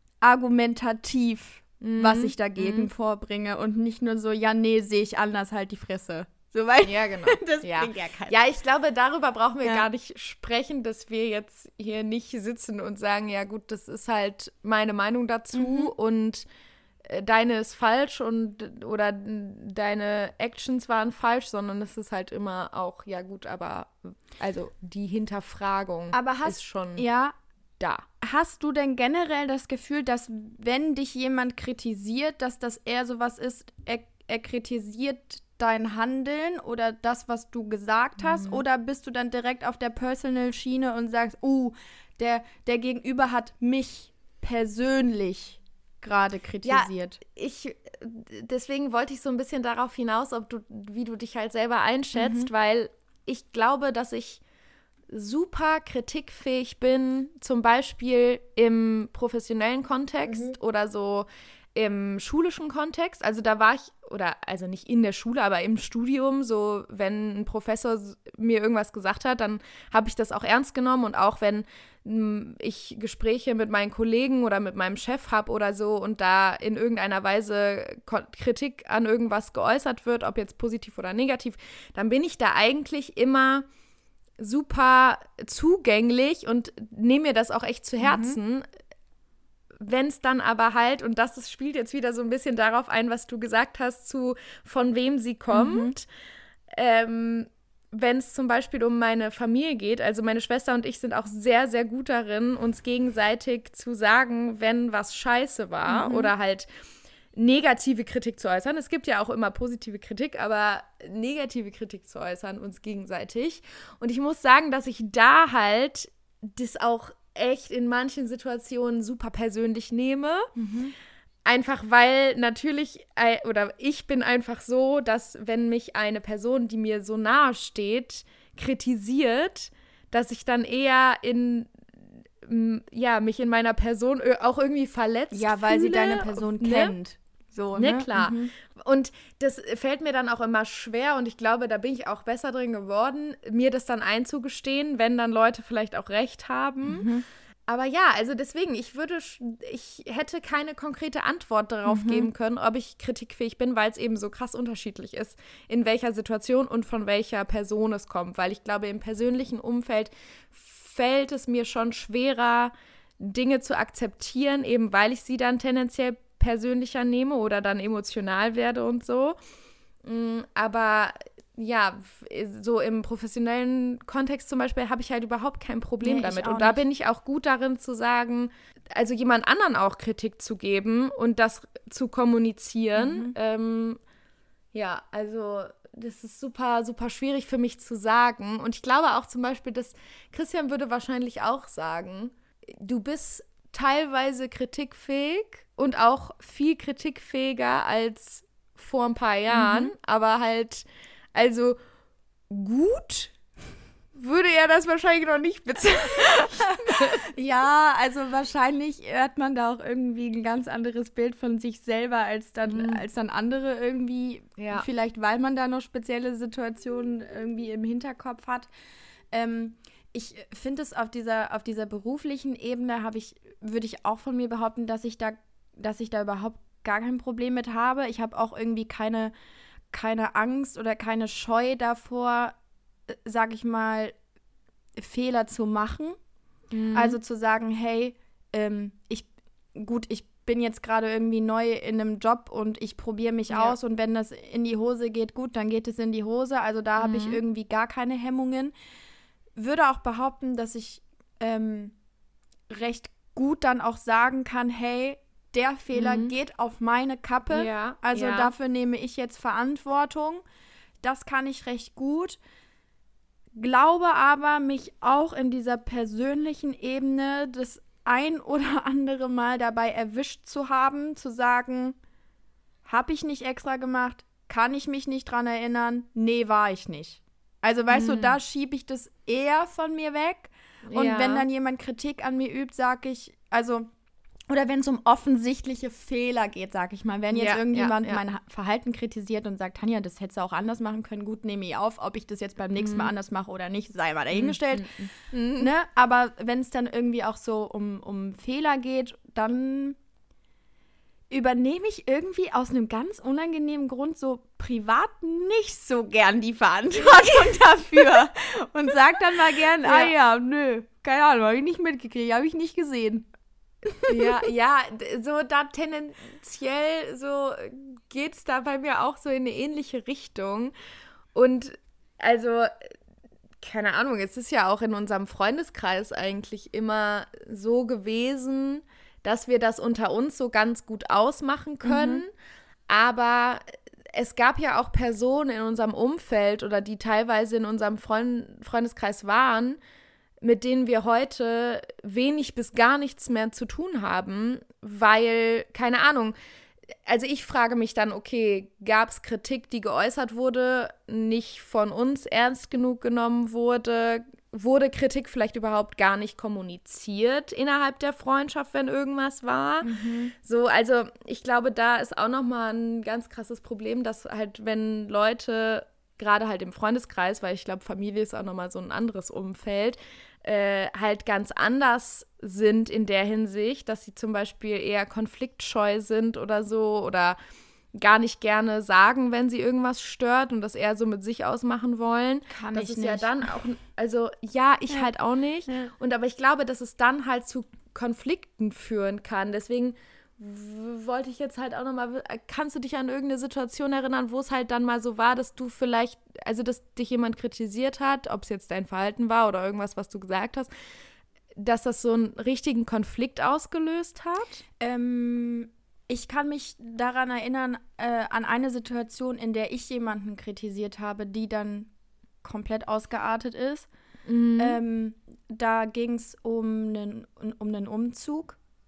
B: argumentativ, was ich dagegen vorbringe. Und nicht nur so, ja, nee, sehe ich anders, halt die Fresse. So weit.
C: Ja, genau.
B: Das bringt ja keinen.
C: Ja, ich glaube, darüber brauchen wir gar nicht sprechen, dass wir jetzt hier nicht sitzen und sagen, ja gut, das ist halt meine Meinung dazu und deine ist falsch oder deine Actions waren falsch, sondern es ist halt immer auch, ja gut, aber also die Hinterfragung ist schon da.
B: Hast du denn generell das Gefühl, dass wenn dich jemand kritisiert, dass das eher sowas ist, er kritisiert dein Handeln oder das, was du gesagt hast? Oder bist du dann direkt auf der Personal-Schiene und sagst, der Gegenüber hat mich persönlich gerade kritisiert?
C: Ja, deswegen wollte ich so ein bisschen darauf hinaus, wie du dich halt selber einschätzt, weil ich glaube, dass ich super kritikfähig bin, zum Beispiel im professionellen Kontext oder so im schulischen Kontext. Also da war ich, also nicht in der Schule, aber im Studium, so wenn ein Professor mir irgendwas gesagt hat, dann habe ich das auch ernst genommen und auch wenn ich Gespräche mit meinen Kollegen oder mit meinem Chef habe oder so und da in irgendeiner Weise Kritik an irgendwas geäußert wird, ob jetzt positiv oder negativ, dann bin ich da eigentlich immer super zugänglich und nehme mir das auch echt zu Herzen. Wenn es dann aber halt, und das spielt jetzt wieder so ein bisschen darauf ein, was du gesagt hast, von wem sie kommt, wenn es zum Beispiel um meine Familie geht, also meine Schwester und ich sind auch sehr, sehr gut darin, uns gegenseitig zu sagen, wenn was scheiße war oder halt negative Kritik zu äußern. Es gibt ja auch immer positive Kritik, aber negative Kritik zu äußern uns gegenseitig. Und ich muss sagen, dass ich da halt das auch echt in manchen Situationen super persönlich nehme. Einfach weil natürlich, oder ich bin einfach so, dass wenn mich eine Person, die mir so nahe steht, kritisiert, dass ich dann eher mich in meiner Person auch irgendwie verletzt fühle.
B: Ja, weil sie deine Person kennt. So,
C: ne, klar. Und das fällt mir dann auch immer schwer und ich glaube, da bin ich auch besser drin geworden, mir das dann einzugestehen, wenn dann Leute vielleicht auch recht haben. Aber ja, also deswegen, ich hätte keine konkrete Antwort darauf geben können, ob ich kritikfähig bin, weil es eben so krass unterschiedlich ist, in welcher Situation und von welcher Person es kommt. Weil ich glaube, im persönlichen Umfeld fällt es mir schon schwerer, Dinge zu akzeptieren, eben weil ich sie dann tendenziell persönlicher nehme oder dann emotional werde und so. Aber ja, so im professionellen Kontext zum Beispiel habe ich halt überhaupt kein Problem damit. Und da bin ich auch gut darin zu sagen, also jemand anderen auch Kritik zu geben und das zu kommunizieren. Ja, also das ist super, super schwierig für mich zu sagen. Und ich glaube auch zum Beispiel, dass Christian würde wahrscheinlich auch sagen, du bist teilweise kritikfähig und auch viel kritikfähiger als vor ein paar Jahren, aber halt, also gut würde er das wahrscheinlich noch nicht bezahlen.
B: Ja, also wahrscheinlich hat man da auch irgendwie ein ganz anderes Bild von sich selber als dann andere irgendwie.
C: Ja.
B: Vielleicht, weil man da noch spezielle Situationen irgendwie im Hinterkopf hat. Ich finde es auf dieser beruflichen Ebene würde ich auch von mir behaupten, dass ich da überhaupt gar kein Problem mit habe. Ich habe auch irgendwie keine Angst oder keine Scheu davor, sag ich mal, Fehler zu machen. Also zu sagen, hey, ich bin jetzt gerade irgendwie neu in einem Job und ich probiere mich aus und wenn das in die Hose geht, gut, dann geht es in die Hose. Also da habe ich irgendwie gar keine Hemmungen. Würde auch behaupten, dass ich recht gut dann auch sagen kann, hey, der Fehler geht auf meine Kappe.
C: Ja,
B: also dafür nehme ich jetzt Verantwortung. Das kann ich recht gut. Glaube aber, mich auch in dieser persönlichen Ebene das ein oder andere Mal dabei erwischt zu haben, zu sagen, habe ich nicht extra gemacht, kann ich mich nicht dran erinnern, nee, war ich nicht. Also weißt du, da schiebe ich das eher von mir weg. Und wenn dann jemand Kritik an mir übt, sage ich, oder wenn es um offensichtliche Fehler geht, sag ich mal. Wenn jetzt irgendjemand mein Verhalten kritisiert und sagt, Tanja, das hättest du auch anders machen können, gut, nehme ich auf. Ob ich das jetzt beim nächsten Mal anders mache oder nicht, sei mal dahingestellt. Ne? Aber wenn es dann irgendwie auch so um Fehler geht, dann übernehme ich irgendwie aus einem ganz unangenehmen Grund so privat nicht so gern die Verantwortung dafür. Und sag dann mal gern, nö, keine Ahnung, habe ich nicht mitgekriegt, habe ich nicht gesehen.
C: Ja, so da tendenziell so geht's da bei mir auch so in eine ähnliche Richtung. Und also, keine Ahnung, es ist ja auch in unserem Freundeskreis eigentlich immer so gewesen, dass wir das unter uns so ganz gut ausmachen können. Aber es gab ja auch Personen in unserem Umfeld oder die teilweise in unserem Freundeskreis waren, mit denen wir heute wenig bis gar nichts mehr zu tun haben, weil, keine Ahnung, also ich frage mich dann, okay, gab es Kritik, die geäußert wurde, nicht von uns ernst genug genommen wurde Kritik vielleicht überhaupt gar nicht kommuniziert innerhalb der Freundschaft, wenn irgendwas war. So, also ich glaube, da ist auch nochmal ein ganz krasses Problem, dass halt, wenn Leute, gerade halt im Freundeskreis, weil ich glaube, Familie ist auch nochmal so ein anderes Umfeld, halt ganz anders sind in der Hinsicht, dass sie zum Beispiel eher konfliktscheu sind oder so oder gar nicht gerne sagen, wenn sie irgendwas stört und das eher so mit sich ausmachen wollen.
B: Das ist
C: nicht.
B: ja
C: dann auch, also ich halt auch nicht. Ja. Aber ich glaube, dass es dann halt zu Konflikten führen kann. Deswegen wollte ich jetzt halt auch nochmal, kannst du dich an irgendeine Situation erinnern, wo es halt dann mal so war, dass du vielleicht, also dass dich jemand kritisiert hat, ob es jetzt dein Verhalten war oder irgendwas, was du gesagt hast, dass das so einen richtigen Konflikt ausgelöst hat?
B: Ich kann mich daran erinnern, an eine Situation, in der ich jemanden kritisiert habe, die dann komplett ausgeartet ist. Da ging es um einen Umzug.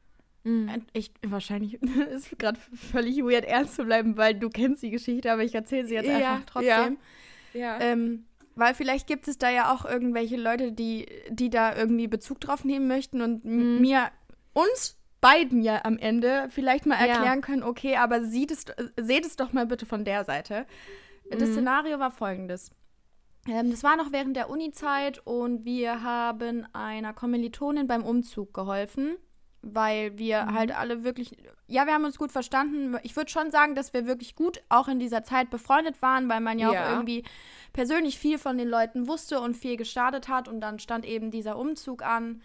B: Wahrscheinlich ist gerade völlig weird, ernst zu bleiben, weil du kennst die Geschichte, aber ich erzähle sie jetzt einfach trotzdem.
C: Ja.
B: Weil vielleicht gibt es da ja auch irgendwelche Leute, die da irgendwie Bezug drauf nehmen möchten und uns beiden ja am Ende vielleicht mal erklären können, okay, aber seht es doch mal bitte von der Seite. Das Szenario war folgendes. Das war noch während der Uni-Zeit und wir haben einer Kommilitonin beim Umzug geholfen, weil wir halt alle wirklich, wir haben uns gut verstanden. Ich würde schon sagen, dass wir wirklich gut auch in dieser Zeit befreundet waren, weil man ja auch irgendwie persönlich viel von den Leuten wusste und viel gestartet hat und dann stand eben dieser Umzug an.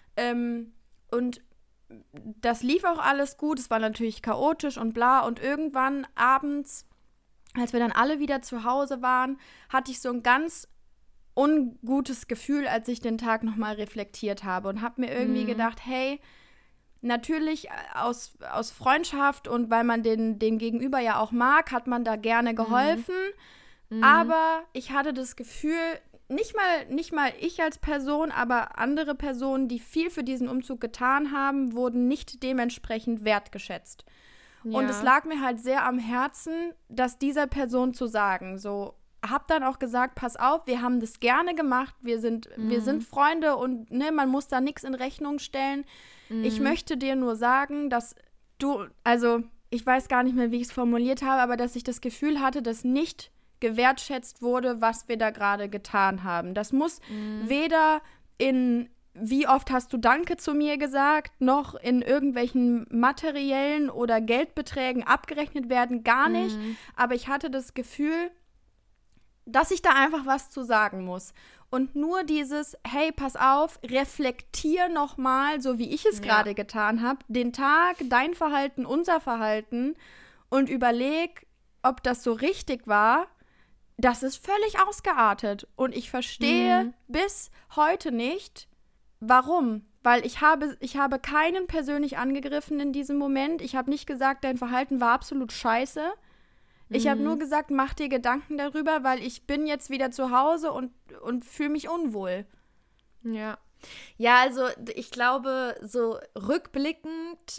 B: Und das lief auch alles gut, es war natürlich chaotisch und bla und irgendwann abends, als wir dann alle wieder zu Hause waren, hatte ich so ein ganz ungutes Gefühl, als ich den Tag nochmal reflektiert habe und habe mir irgendwie gedacht, hey, natürlich aus Freundschaft und weil man den Gegenüber ja auch mag, hat man da gerne geholfen. Aber ich hatte das Gefühl, nicht mal ich als Person, aber andere Personen, die viel für diesen Umzug getan haben, wurden nicht dementsprechend wertgeschätzt. Ja. Und es lag mir halt sehr am Herzen, das dieser Person zu sagen. So, hab dann auch gesagt, pass auf, wir haben das gerne gemacht, wir sind Freunde und man muss da nichts in Rechnung stellen. Ich möchte dir nur sagen, dass du, also ich weiß gar nicht mehr, wie ich es formuliert habe, aber dass ich das Gefühl hatte, dass nicht gewertschätzt wurde, was wir da gerade getan haben. Das muss weder in wie oft hast du Danke zu mir gesagt, noch in irgendwelchen materiellen oder Geldbeträgen abgerechnet werden, gar nicht. Aber ich hatte das Gefühl, dass ich da einfach was zu sagen muss. Und nur dieses, hey, pass auf, reflektier nochmal, so wie ich es gerade getan habe, den Tag, dein Verhalten, unser Verhalten und überleg, ob das so richtig war. Das ist völlig ausgeartet. Und ich verstehe bis heute nicht, warum. Weil ich habe keinen persönlich angegriffen in diesem Moment. Ich habe nicht gesagt, dein Verhalten war absolut scheiße. Ich habe nur gesagt, mach dir Gedanken darüber, weil ich bin jetzt wieder zu Hause und fühle mich unwohl.
C: Ja. Ja, also ich glaube, so rückblickend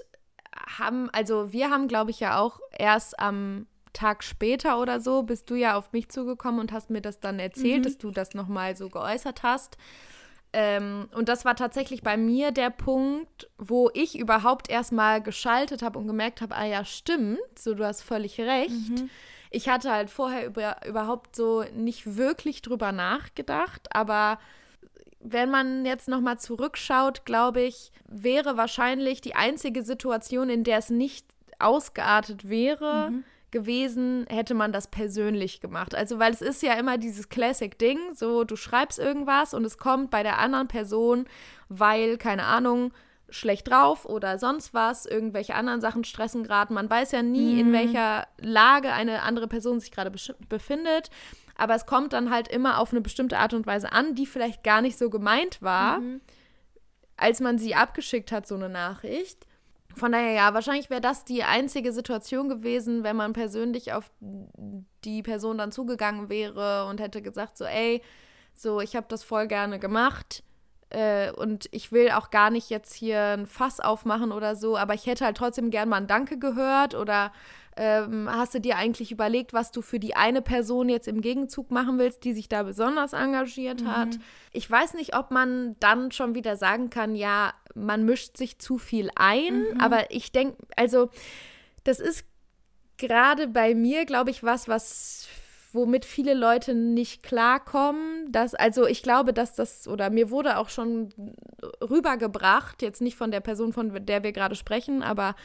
C: wir haben, glaube ich, ja auch erst am Tag später oder so, bist du ja auf mich zugekommen und hast mir das dann erzählt, dass du das nochmal so geäußert hast. Und das war tatsächlich bei mir der Punkt, wo ich überhaupt erstmal geschaltet habe und gemerkt habe, ja, stimmt, so, du hast völlig recht. Ich hatte halt vorher überhaupt so nicht wirklich drüber nachgedacht, aber wenn man jetzt nochmal zurückschaut, glaube ich, wäre wahrscheinlich die einzige Situation, in der es nicht ausgeartet wäre, gewesen, hätte man das persönlich gemacht. Also, weil es ist ja immer dieses Classic-Ding, so, du schreibst irgendwas und es kommt bei der anderen Person, weil, keine Ahnung, schlecht drauf oder sonst was, irgendwelche anderen Sachen stressen gerade. Man weiß ja nie, in welcher Lage eine andere Person sich gerade befindet, aber es kommt dann halt immer auf eine bestimmte Art und Weise an, die vielleicht gar nicht so gemeint war, als man sie abgeschickt hat, so eine Nachricht. Von daher, ja, wahrscheinlich wäre das die einzige Situation gewesen, wenn man persönlich auf die Person dann zugegangen wäre und hätte gesagt so, ey, so, ich habe das voll gerne gemacht und ich will auch gar nicht jetzt hier ein Fass aufmachen oder so, aber ich hätte halt trotzdem gern mal ein Danke gehört oder hast du dir eigentlich überlegt, was du für die eine Person jetzt im Gegenzug machen willst, die sich da besonders engagiert hat? Ich weiß nicht, ob man dann schon wieder sagen kann, ja, man mischt sich zu viel ein, aber ich denke, also das ist gerade bei mir, glaube ich, womit viele Leute nicht klarkommen. Also ich glaube, dass das, oder mir wurde auch schon rübergebracht, jetzt nicht von der Person, von der wir gerade sprechen, aber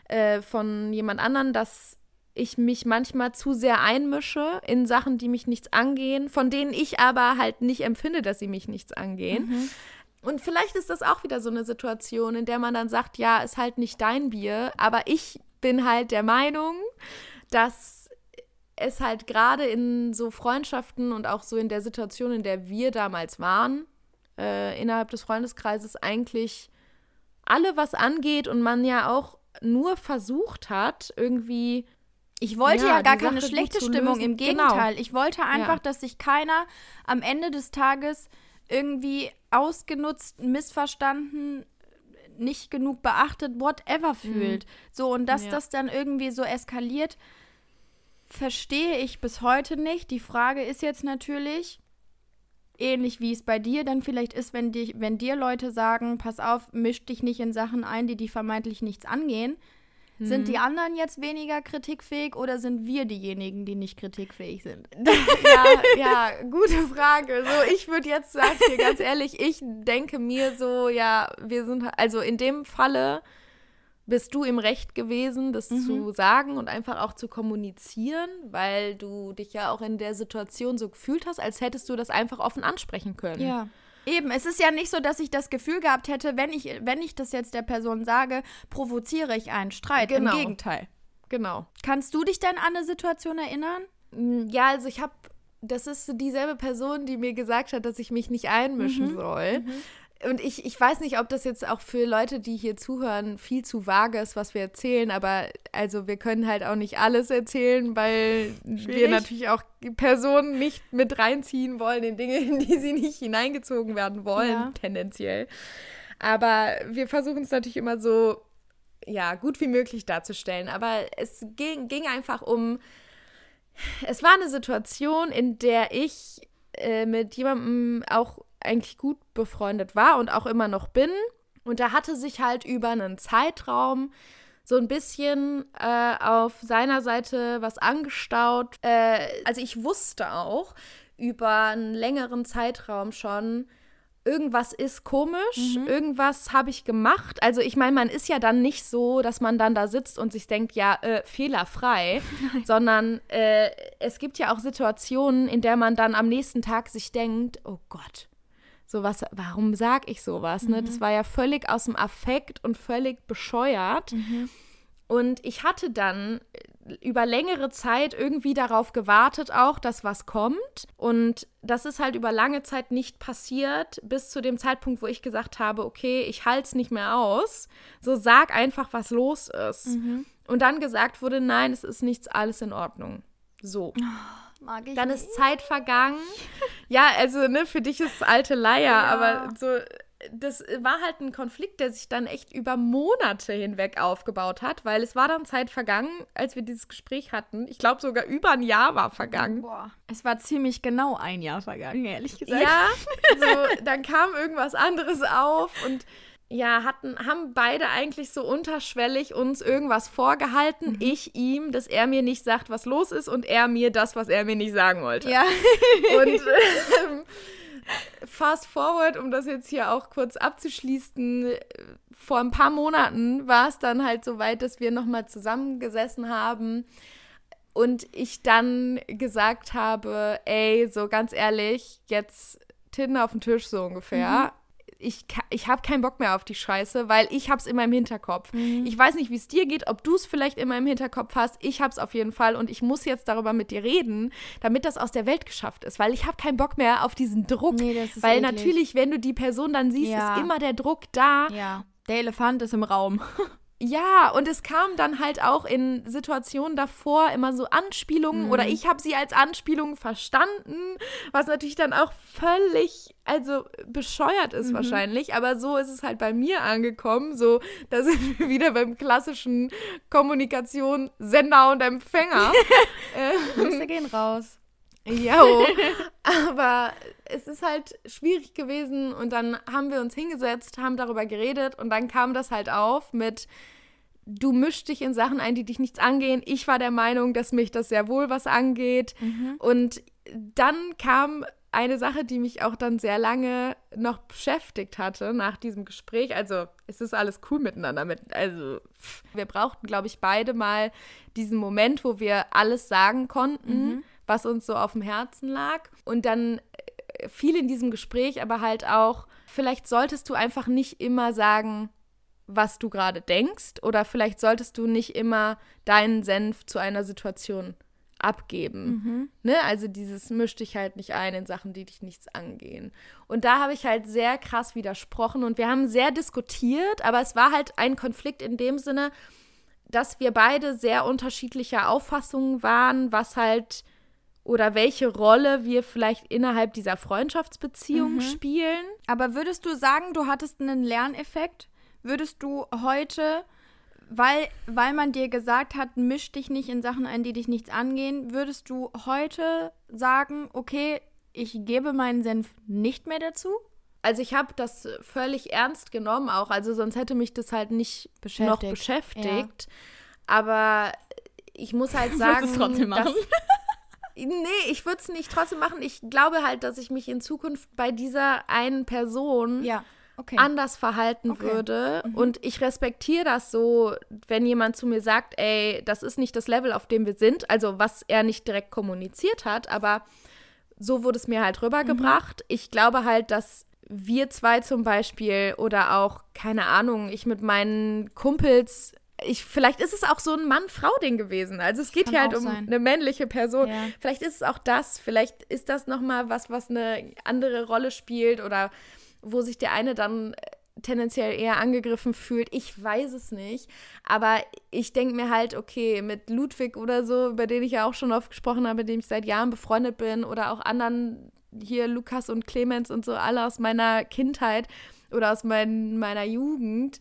C: von jemand anderen, dass ich mich manchmal zu sehr einmische in Sachen, die mich nichts angehen, von denen ich aber halt nicht empfinde, dass sie mich nichts angehen. Und vielleicht ist das auch wieder so eine Situation, in der man dann sagt, ja, ist halt nicht dein Bier, aber ich bin halt der Meinung, dass es halt gerade in so Freundschaften und auch so in der Situation, in der wir damals waren, innerhalb des Freundeskreises eigentlich alle was angeht und man ja auch nur versucht hat, irgendwie.
B: Ich wollte ja gar keine schlechte Stimmung, im Gegenteil. Genau. Ich wollte einfach, dass sich keiner am Ende des Tages irgendwie ausgenutzt, missverstanden, nicht genug beachtet, whatever fühlt. So, und dass das dann irgendwie so eskaliert, verstehe ich bis heute nicht. Die Frage ist jetzt natürlich, ähnlich wie es bei dir dann vielleicht ist, wenn dir Leute sagen, pass auf, misch dich nicht in Sachen ein, die vermeintlich nichts angehen. Sind die anderen jetzt weniger kritikfähig oder sind wir diejenigen, die nicht kritikfähig sind?
C: Ja, gute Frage. So, ich würde jetzt sagen, dir ganz ehrlich, ich denke mir so, ja, wir sind, also in dem Falle bist du im Recht gewesen, das zu sagen und einfach auch zu kommunizieren, weil du dich ja auch in der Situation so gefühlt hast, als hättest du das einfach offen ansprechen können.
B: Ja. Eben, es ist ja nicht so, dass ich das Gefühl gehabt hätte, wenn ich das jetzt der Person sage, provoziere ich einen Streit.
C: Genau.
B: Im Gegenteil.
C: Genau.
B: Kannst du dich denn an eine Situation erinnern?
C: Ja, also das ist dieselbe Person, die mir gesagt hat, dass ich mich nicht einmischen soll. Und ich weiß nicht, ob das jetzt auch für Leute, die hier zuhören, viel zu vage ist, was wir erzählen, aber also wir können halt auch nicht alles erzählen, weil wir natürlich auch Personen nicht mit reinziehen wollen in Dinge, in die sie nicht hineingezogen werden wollen, tendenziell. Aber wir versuchen es natürlich immer so, ja, gut wie möglich darzustellen. Aber es ging einfach es war eine Situation, in der ich mit jemandem auch eigentlich gut befreundet war und auch immer noch bin. Und da hatte sich halt über einen Zeitraum so ein bisschen auf seiner Seite was angestaut. Also ich wusste auch über einen längeren Zeitraum schon, irgendwas ist komisch, irgendwas habe ich gemacht. Also ich meine, man ist ja dann nicht so, dass man dann da sitzt und sich denkt, ja, fehlerfrei, sondern es gibt ja auch Situationen, in der man dann am nächsten Tag sich denkt, oh Gott, warum sag ich sowas? Ne? Das war ja völlig aus dem Affekt und völlig bescheuert. Und ich hatte dann über längere Zeit irgendwie darauf gewartet auch, dass was kommt. Und das ist halt über lange Zeit nicht passiert, bis zu dem Zeitpunkt, wo ich gesagt habe, okay, ich halte es nicht mehr aus. So, sag einfach, was los ist. Und dann gesagt wurde, nein, es ist nichts, alles in Ordnung. So.
B: Mag ich
C: Dann
B: nicht.
C: ist Zeit vergangen. Ja, also, ne, für dich ist es alte Leier, aber so, das war halt ein Konflikt, der sich dann echt über Monate hinweg aufgebaut hat, weil es war dann Zeit vergangen, als wir dieses Gespräch hatten. Ich glaube, sogar über ein Jahr war vergangen.
B: Boah, es war ziemlich genau ein Jahr vergangen, ehrlich gesagt.
C: Ja, so, dann kam irgendwas anderes auf und ja, haben beide eigentlich so unterschwellig uns irgendwas vorgehalten. Ich ihm, dass er mir nicht sagt, was los ist, und er mir das, was er mir nicht sagen wollte.
B: Ja.
C: Und fast forward, um das jetzt hier auch kurz abzuschließen, vor ein paar Monaten war es dann halt so weit, dass wir nochmal zusammengesessen haben und ich dann gesagt habe, ey, so ganz ehrlich, jetzt Titten auf den Tisch so ungefähr. Ich habe keinen Bock mehr auf die Scheiße, weil ich hab's in meinem Hinterkopf. Ich weiß nicht, wie es dir geht, ob du es vielleicht in meinem Hinterkopf hast. Ich hab's auf jeden Fall und ich muss jetzt darüber mit dir reden, damit das aus der Welt geschafft ist, weil ich habe keinen Bock mehr auf diesen Druck.
B: Nee, das ist
C: weil
B: eklig.
C: Natürlich, wenn du die Person dann siehst,
B: Ja.
C: ist immer der Druck da.
B: Ja, der Elefant ist im Raum.
C: Ja, und es kam dann halt auch in Situationen davor immer so Anspielungen oder ich habe sie als Anspielung verstanden, was natürlich dann auch völlig, also bescheuert ist wahrscheinlich, aber so ist es halt bei mir angekommen, so, da sind wir wieder beim klassischen Kommunikation Sender und Empfänger.
B: Grüße gehen raus.
C: Ja, aber es ist halt schwierig gewesen und dann haben wir uns hingesetzt, haben darüber geredet und dann kam das halt auf mit, du mischst dich in Sachen ein, die dich nichts angehen. Ich war der Meinung, dass mich das sehr wohl was angeht. Und dann kam eine Sache, die mich auch dann sehr lange noch beschäftigt hatte nach diesem Gespräch. Also es ist alles cool miteinander. Wir brauchten, glaube ich, beide mal diesen Moment, wo wir alles sagen konnten, was uns so auf dem Herzen lag. Und dann fiel in diesem Gespräch aber halt auch, vielleicht solltest du einfach nicht immer sagen, was du gerade denkst, oder vielleicht solltest du nicht immer deinen Senf zu einer Situation abgeben. Ne? Also dieses misch dich halt nicht ein in Sachen, die dich nichts angehen. Und da habe ich halt sehr krass widersprochen und wir haben sehr diskutiert, aber es war halt ein Konflikt in dem Sinne, dass wir beide sehr unterschiedlicher Auffassungen waren, was halt oder welche Rolle wir vielleicht innerhalb dieser Freundschaftsbeziehung spielen.
B: Aber würdest du sagen, du hattest einen Lerneffekt, würdest du heute, weil man dir gesagt hat, misch dich nicht in Sachen ein, die dich nichts angehen, würdest du heute sagen, okay, ich gebe meinen Senf nicht mehr dazu?
C: Also ich habe das völlig ernst genommen auch, also sonst hätte mich das halt nicht noch beschäftigt. Ja. Aber ich muss halt sagen,
B: würdest du es trotzdem machen?
C: Nee, ich würde es nicht trotzdem machen. Ich glaube halt, dass ich mich in Zukunft bei dieser einen Person anders verhalten würde. Und ich respektiere das so, wenn jemand zu mir sagt, ey, das ist nicht das Level, auf dem wir sind. Also was er nicht direkt kommuniziert hat, aber so wurde es mir halt rübergebracht. Ich glaube halt, dass wir zwei zum Beispiel oder auch, keine Ahnung, ich mit meinen Kumpels, vielleicht ist es auch so ein Mann-Frau-Ding gewesen. Also es geht hier halt um eine männliche Person. Ja. Vielleicht ist es auch das. Vielleicht ist das nochmal was eine andere Rolle spielt oder wo sich der eine dann tendenziell eher angegriffen fühlt. Ich weiß es nicht. Aber ich denke mir halt, okay, mit Ludwig oder so, über den ich ja auch schon oft gesprochen habe, mit dem ich seit Jahren befreundet bin oder auch anderen, hier Lukas und Clemens und so, alle aus meiner Kindheit oder aus meiner Jugend,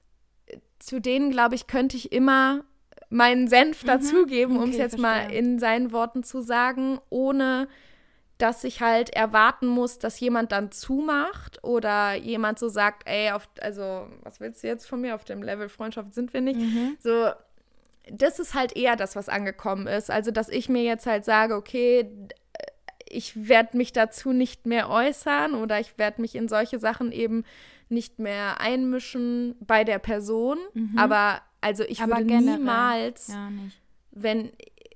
C: zu denen, glaube ich, könnte ich immer meinen Senf dazugeben, um es jetzt mal in seinen Worten zu sagen, ohne dass ich halt erwarten muss, dass jemand dann zumacht oder jemand so sagt, ey, also was willst du jetzt von mir, auf dem Level Freundschaft sind wir nicht. So, das ist halt eher das, was angekommen ist. Also, dass ich mir jetzt halt sage, okay, ich werde mich dazu nicht mehr äußern oder ich werde mich in solche Sachen eben nicht mehr einmischen bei der Person, aber also ich würde niemals, weil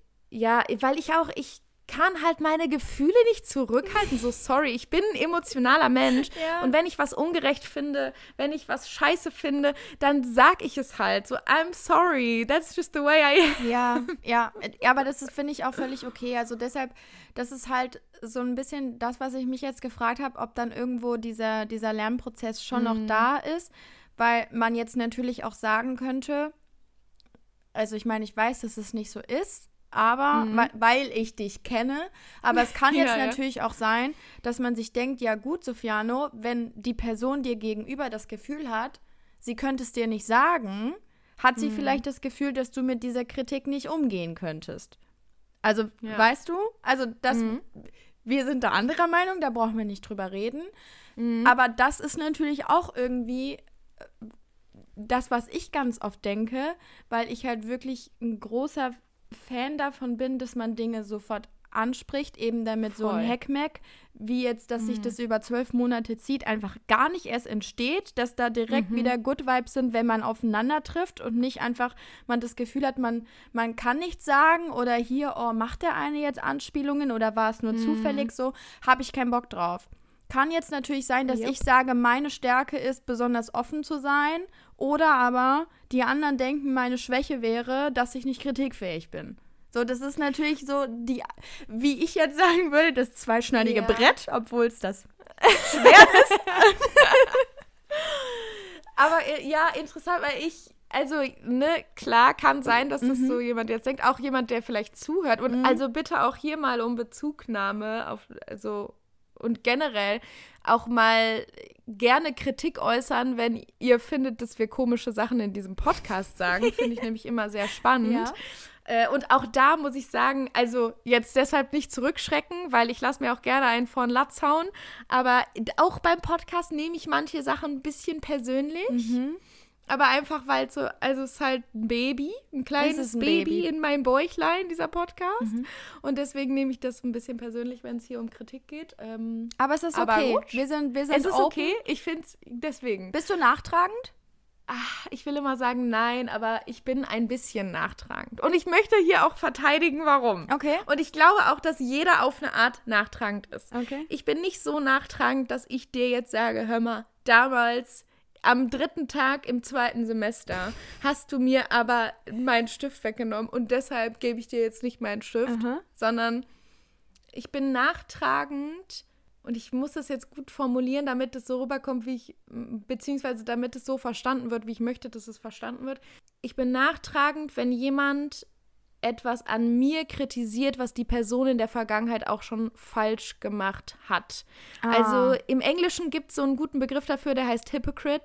C: ich kann halt meine Gefühle nicht zurückhalten, so sorry, ich bin ein emotionaler Mensch und wenn ich was ungerecht finde, wenn ich was scheiße finde, dann sag ich es halt, so I'm sorry, that's just the way I am.
B: Ja, aber das ist, finde ich, auch völlig okay, also deshalb, das ist halt so ein bisschen das, was ich mich jetzt gefragt habe, ob dann irgendwo dieser Lernprozess schon noch da ist, weil man jetzt natürlich auch sagen könnte, also ich meine, ich weiß, dass es nicht so ist, aber, weil ich dich kenne, aber es kann jetzt natürlich auch sein, dass man sich denkt, ja gut, Sofiano, wenn die Person dir gegenüber das Gefühl hat, sie könnte es dir nicht sagen, hat sie vielleicht das Gefühl, dass du mit dieser Kritik nicht umgehen könntest. Also, weißt du, also das, wir sind da anderer Meinung, da brauchen wir nicht drüber reden, aber das ist natürlich auch irgendwie das, was ich ganz oft denke, weil ich halt wirklich ein großer Fan davon bin, dass man Dinge sofort anspricht, eben damit so ein Heckmeck, wie jetzt, dass sich das über 12 Monate zieht, einfach gar nicht erst entsteht, dass da direkt wieder Good Vibes sind, wenn man aufeinander trifft und nicht einfach man das Gefühl hat, man kann nichts sagen oder hier, oh, macht der eine jetzt Anspielungen oder war es nur zufällig so, habe ich keinen Bock drauf. Kann jetzt natürlich sein, dass ich sage, meine Stärke ist, besonders offen zu sein, oder aber die anderen denken, meine Schwäche wäre, dass ich nicht kritikfähig bin. So, das ist natürlich so, wie ich jetzt sagen würde, das zweischneidige Brett, obwohl es das schwer ist.
C: Aber ja, interessant, weil klar kann sein, dass das so jemand jetzt denkt, auch jemand, der vielleicht zuhört. Und also bitte auch hier mal um Bezugnahme und generell auch mal gerne Kritik äußern, wenn ihr findet, dass wir komische Sachen in diesem Podcast sagen. Finde ich nämlich immer sehr spannend. Ja. Und auch da muss ich sagen, also jetzt deshalb nicht zurückschrecken, weil ich lasse mir auch gerne einen vor den Latz hauen. Aber auch beim Podcast nehme ich manche Sachen ein bisschen persönlich. Aber einfach, weil es ist halt ein Baby, ein kleines Baby in meinem Bäuchlein, dieser Podcast. Und deswegen nehme ich das ein bisschen persönlich, wenn es hier um Kritik geht.
B: Aber es ist okay. Wir sind
C: es ist open. Okay, ich finde es deswegen.
B: Bist du nachtragend?
C: Ich will immer sagen nein, aber ich bin ein bisschen nachtragend. Und ich möchte hier auch verteidigen, warum.
B: Okay.
C: Und ich glaube auch, dass jeder auf eine Art nachtragend ist.
B: Okay.
C: Ich bin nicht so nachtragend, dass ich dir jetzt sage, hör mal, damals am 3. Tag im 2. Semester hast du mir aber meinen Stift weggenommen und deshalb gebe ich dir jetzt nicht meinen Stift, sondern ich bin nachtragend und ich muss das jetzt gut formulieren, damit es so rüberkommt, beziehungsweise damit es so verstanden wird, wie ich möchte, dass es verstanden wird. Ich bin nachtragend, wenn jemand etwas an mir kritisiert, was die Person in der Vergangenheit auch schon falsch gemacht hat. Also im Englischen gibt es so einen guten Begriff dafür, der heißt Hypocrite.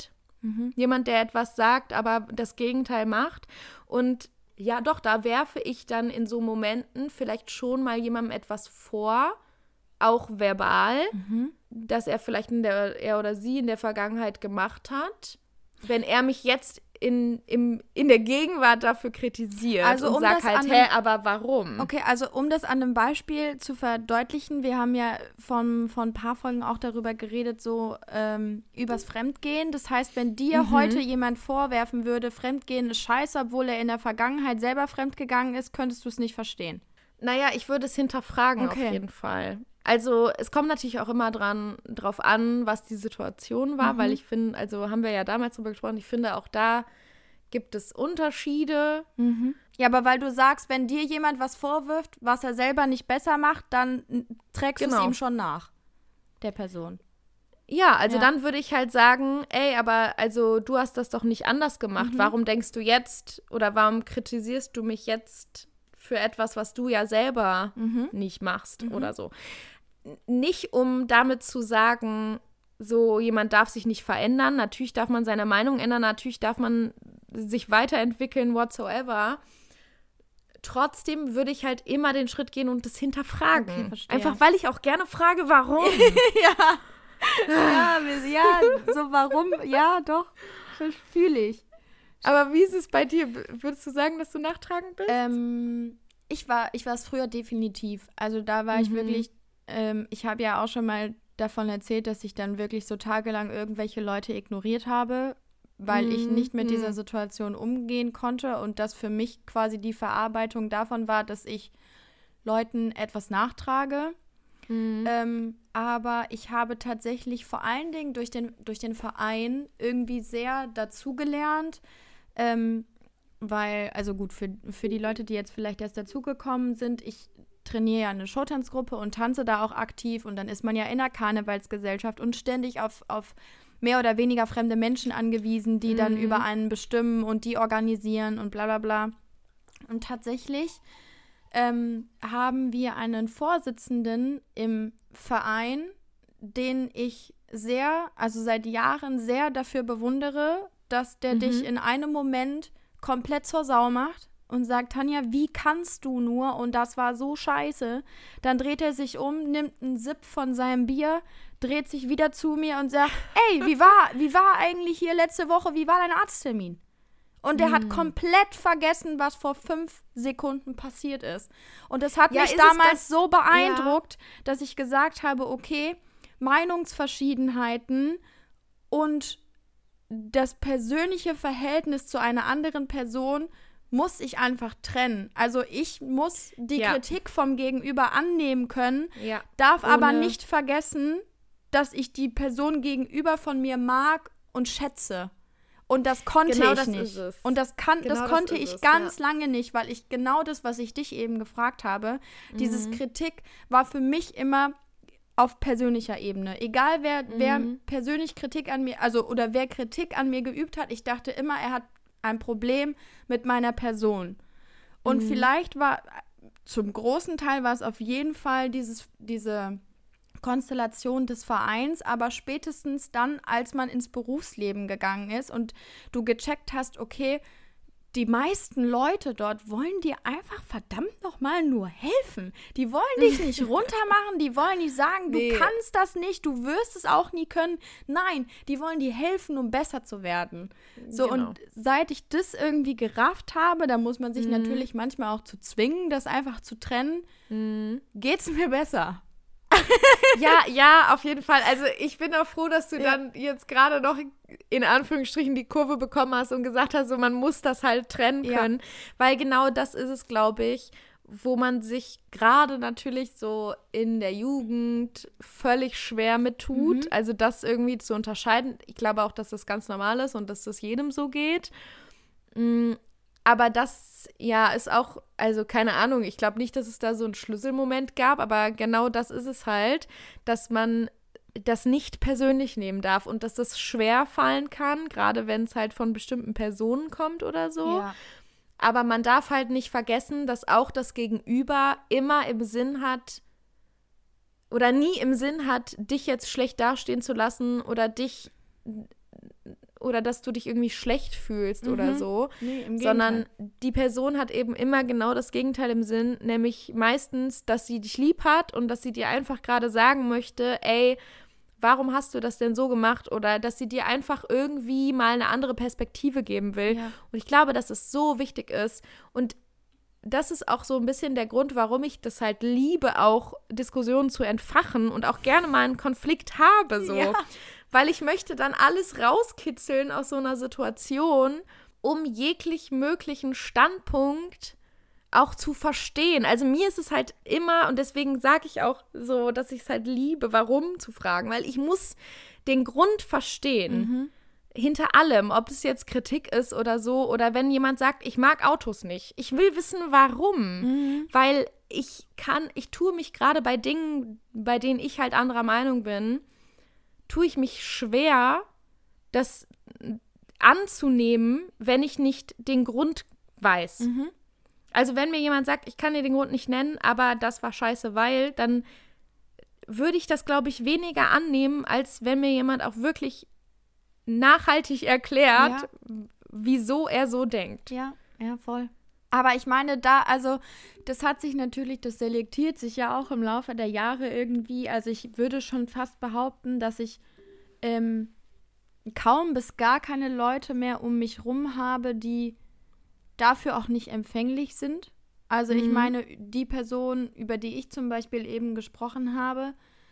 C: Jemand, der etwas sagt, aber das Gegenteil macht. Und ja, doch, da werfe ich dann in so Momenten vielleicht schon mal jemandem etwas vor, auch verbal, dass er vielleicht er oder sie in der Vergangenheit gemacht hat. Wenn er mich jetzt in der Gegenwart dafür kritisiert
B: Also,
C: und
B: um
C: sagt
B: das
C: halt,
B: an
C: aber warum?
B: Okay, also um das an einem Beispiel zu verdeutlichen, wir haben ja von ein paar Folgen auch darüber geredet, so übers Fremdgehen. Das heißt, wenn dir heute jemand vorwerfen würde, Fremdgehen ist scheiße, obwohl er in der Vergangenheit selber fremdgegangen ist, könntest du es nicht verstehen.
C: Naja, ich würde es hinterfragen auf jeden Fall. Also es kommt natürlich auch immer drauf an, was die Situation war, weil ich finde, also haben wir ja damals drüber gesprochen, ich finde auch da gibt es Unterschiede.
B: Ja, aber weil du sagst, wenn dir jemand was vorwirft, was er selber nicht besser macht, dann trägst du es ihm schon nach, der Person.
C: Ja, also dann würde ich halt sagen, ey, aber also du hast das doch nicht anders gemacht. Warum denkst du jetzt oder warum kritisierst du mich jetzt für etwas, was du ja selber nicht machst oder so? Nicht, um damit zu sagen, so jemand darf sich nicht verändern. Natürlich darf man seine Meinung ändern, natürlich darf man sich weiterentwickeln, whatsoever. Trotzdem würde ich halt immer den Schritt gehen und das hinterfragen.
B: Okay, verstehe.
C: Einfach, weil ich auch gerne frage, warum.
B: Ja, so warum? Ja, doch, fühle ich.
C: Aber wie ist es bei dir? Würdest du sagen, dass du nachtragend bist?
B: Ich war es früher definitiv. Also da war ich wirklich, ich habe ja auch schon mal davon erzählt, dass ich dann wirklich so tagelang irgendwelche Leute ignoriert habe, weil ich nicht mit dieser Situation umgehen konnte und das für mich quasi die Verarbeitung davon war, dass ich Leuten etwas nachtrage. Aber ich habe tatsächlich vor allen Dingen durch den Verein irgendwie sehr dazugelernt, weil, also gut, für die Leute, die jetzt vielleicht erst dazugekommen sind, ich trainiere ja eine Showtanzgruppe und tanze da auch aktiv und dann ist man ja in der Karnevalsgesellschaft und ständig auf mehr oder weniger fremde Menschen angewiesen, die dann über einen bestimmen und die organisieren und bla bla bla. Und tatsächlich haben wir einen Vorsitzenden im Verein, den ich seit Jahren sehr dafür bewundere, dass der dich in einem Moment komplett zur Sau macht und sagt, Tanja, wie kannst du nur? Und das war so scheiße. Dann dreht er sich um, nimmt einen Sip von seinem Bier, dreht sich wieder zu mir und sagt, ey, wie war eigentlich hier letzte Woche, wie war dein Arzttermin? Und der hat komplett vergessen, was vor 5 Sekunden passiert ist. Und das hat mich damals so beeindruckt, dass ich gesagt habe, okay, Meinungsverschiedenheiten und das persönliche Verhältnis zu einer anderen Person muss ich einfach trennen. Also ich muss die Kritik vom Gegenüber annehmen können, darf aber nicht vergessen, dass ich die Person gegenüber von mir mag und schätze. Und das konnte ich nicht. Und das konnte ich ganz lange nicht, weil ich genau das, was ich dich eben gefragt habe, dieses Kritik war für mich immer auf persönlicher Ebene. Egal wer persönlich Kritik an mir, oder wer Kritik an mir geübt hat, ich dachte immer, er hat ein Problem mit meiner Person. Und vielleicht zum großen Teil war es auf jeden Fall diese Konstellation des Vereins, aber spätestens dann, als man ins Berufsleben gegangen ist und du gecheckt hast, okay, die meisten Leute dort wollen dir einfach verdammt nochmal nur helfen. Die wollen dich nicht runtermachen, die wollen nicht sagen, du kannst das nicht, du wirst es auch nie können. Nein, die wollen dir helfen, um besser zu werden. So, und seit ich das irgendwie gerafft habe, da muss man sich natürlich manchmal auch zu zwingen, das einfach zu trennen, geht's mir besser.
C: Ja, auf jeden Fall. Also ich bin auch froh, dass du dann jetzt gerade noch in Anführungsstrichen die Kurve bekommen hast und gesagt hast, so man muss das halt trennen können. Weil genau das ist es, glaube ich, wo man sich gerade natürlich so in der Jugend völlig schwer mit tut. Also das irgendwie zu unterscheiden. Ich glaube auch, dass das ganz normal ist und dass das jedem so geht. Aber das, ist auch, also keine Ahnung, ich glaube nicht, dass es da so einen Schlüsselmoment gab, aber genau das ist es halt, dass man das nicht persönlich nehmen darf und dass das schwer fallen kann, gerade wenn es halt von bestimmten Personen kommt oder so.
B: Ja.
C: Aber man darf halt nicht vergessen, dass auch das Gegenüber immer im Sinn hat oder nie im Sinn hat, dich jetzt schlecht dastehen zu lassen oder dich oder dass du dich irgendwie schlecht fühlst oder so,
B: Nee, im
C: sondern die Person hat eben immer genau das Gegenteil im Sinn, nämlich meistens, dass sie dich lieb hat und dass sie dir einfach gerade sagen möchte, ey, warum hast du das denn so gemacht? Oder dass sie dir einfach irgendwie mal eine andere Perspektive geben will.
B: Ja.
C: Und ich glaube, dass es so wichtig ist. Und das ist auch so ein bisschen der Grund, warum ich das halt liebe, auch Diskussionen zu entfachen und auch gerne mal einen Konflikt habe, so.
B: Ja.
C: Weil ich möchte dann alles rauskitzeln aus so einer Situation, um jeglich möglichen Standpunkt auch zu verstehen. Also mir ist es halt immer, und deswegen sage ich auch so, dass ich es halt liebe, warum zu fragen, weil ich muss den Grund verstehen. Hinter allem, ob es jetzt Kritik ist oder so, oder wenn jemand sagt, ich mag Autos nicht. Ich will wissen, warum. Weil ich tue mich gerade bei Dingen, bei denen ich halt anderer Meinung bin, tue ich mich schwer, das anzunehmen, wenn ich nicht den Grund weiß. Also wenn mir jemand sagt, ich kann dir den Grund nicht nennen, aber das war scheiße, weil, dann würde ich das, glaube ich, weniger annehmen, als wenn mir jemand auch wirklich nachhaltig erklärt, wieso er so denkt.
B: Ja, voll. Aber ich meine, das hat sich natürlich, das selektiert sich ja auch im Laufe der Jahre irgendwie. Also ich würde schon fast behaupten, dass ich kaum bis gar keine Leute mehr um mich rum habe, die dafür auch nicht empfänglich sind. Also ich meine, die Person, über die ich zum Beispiel eben gesprochen habe,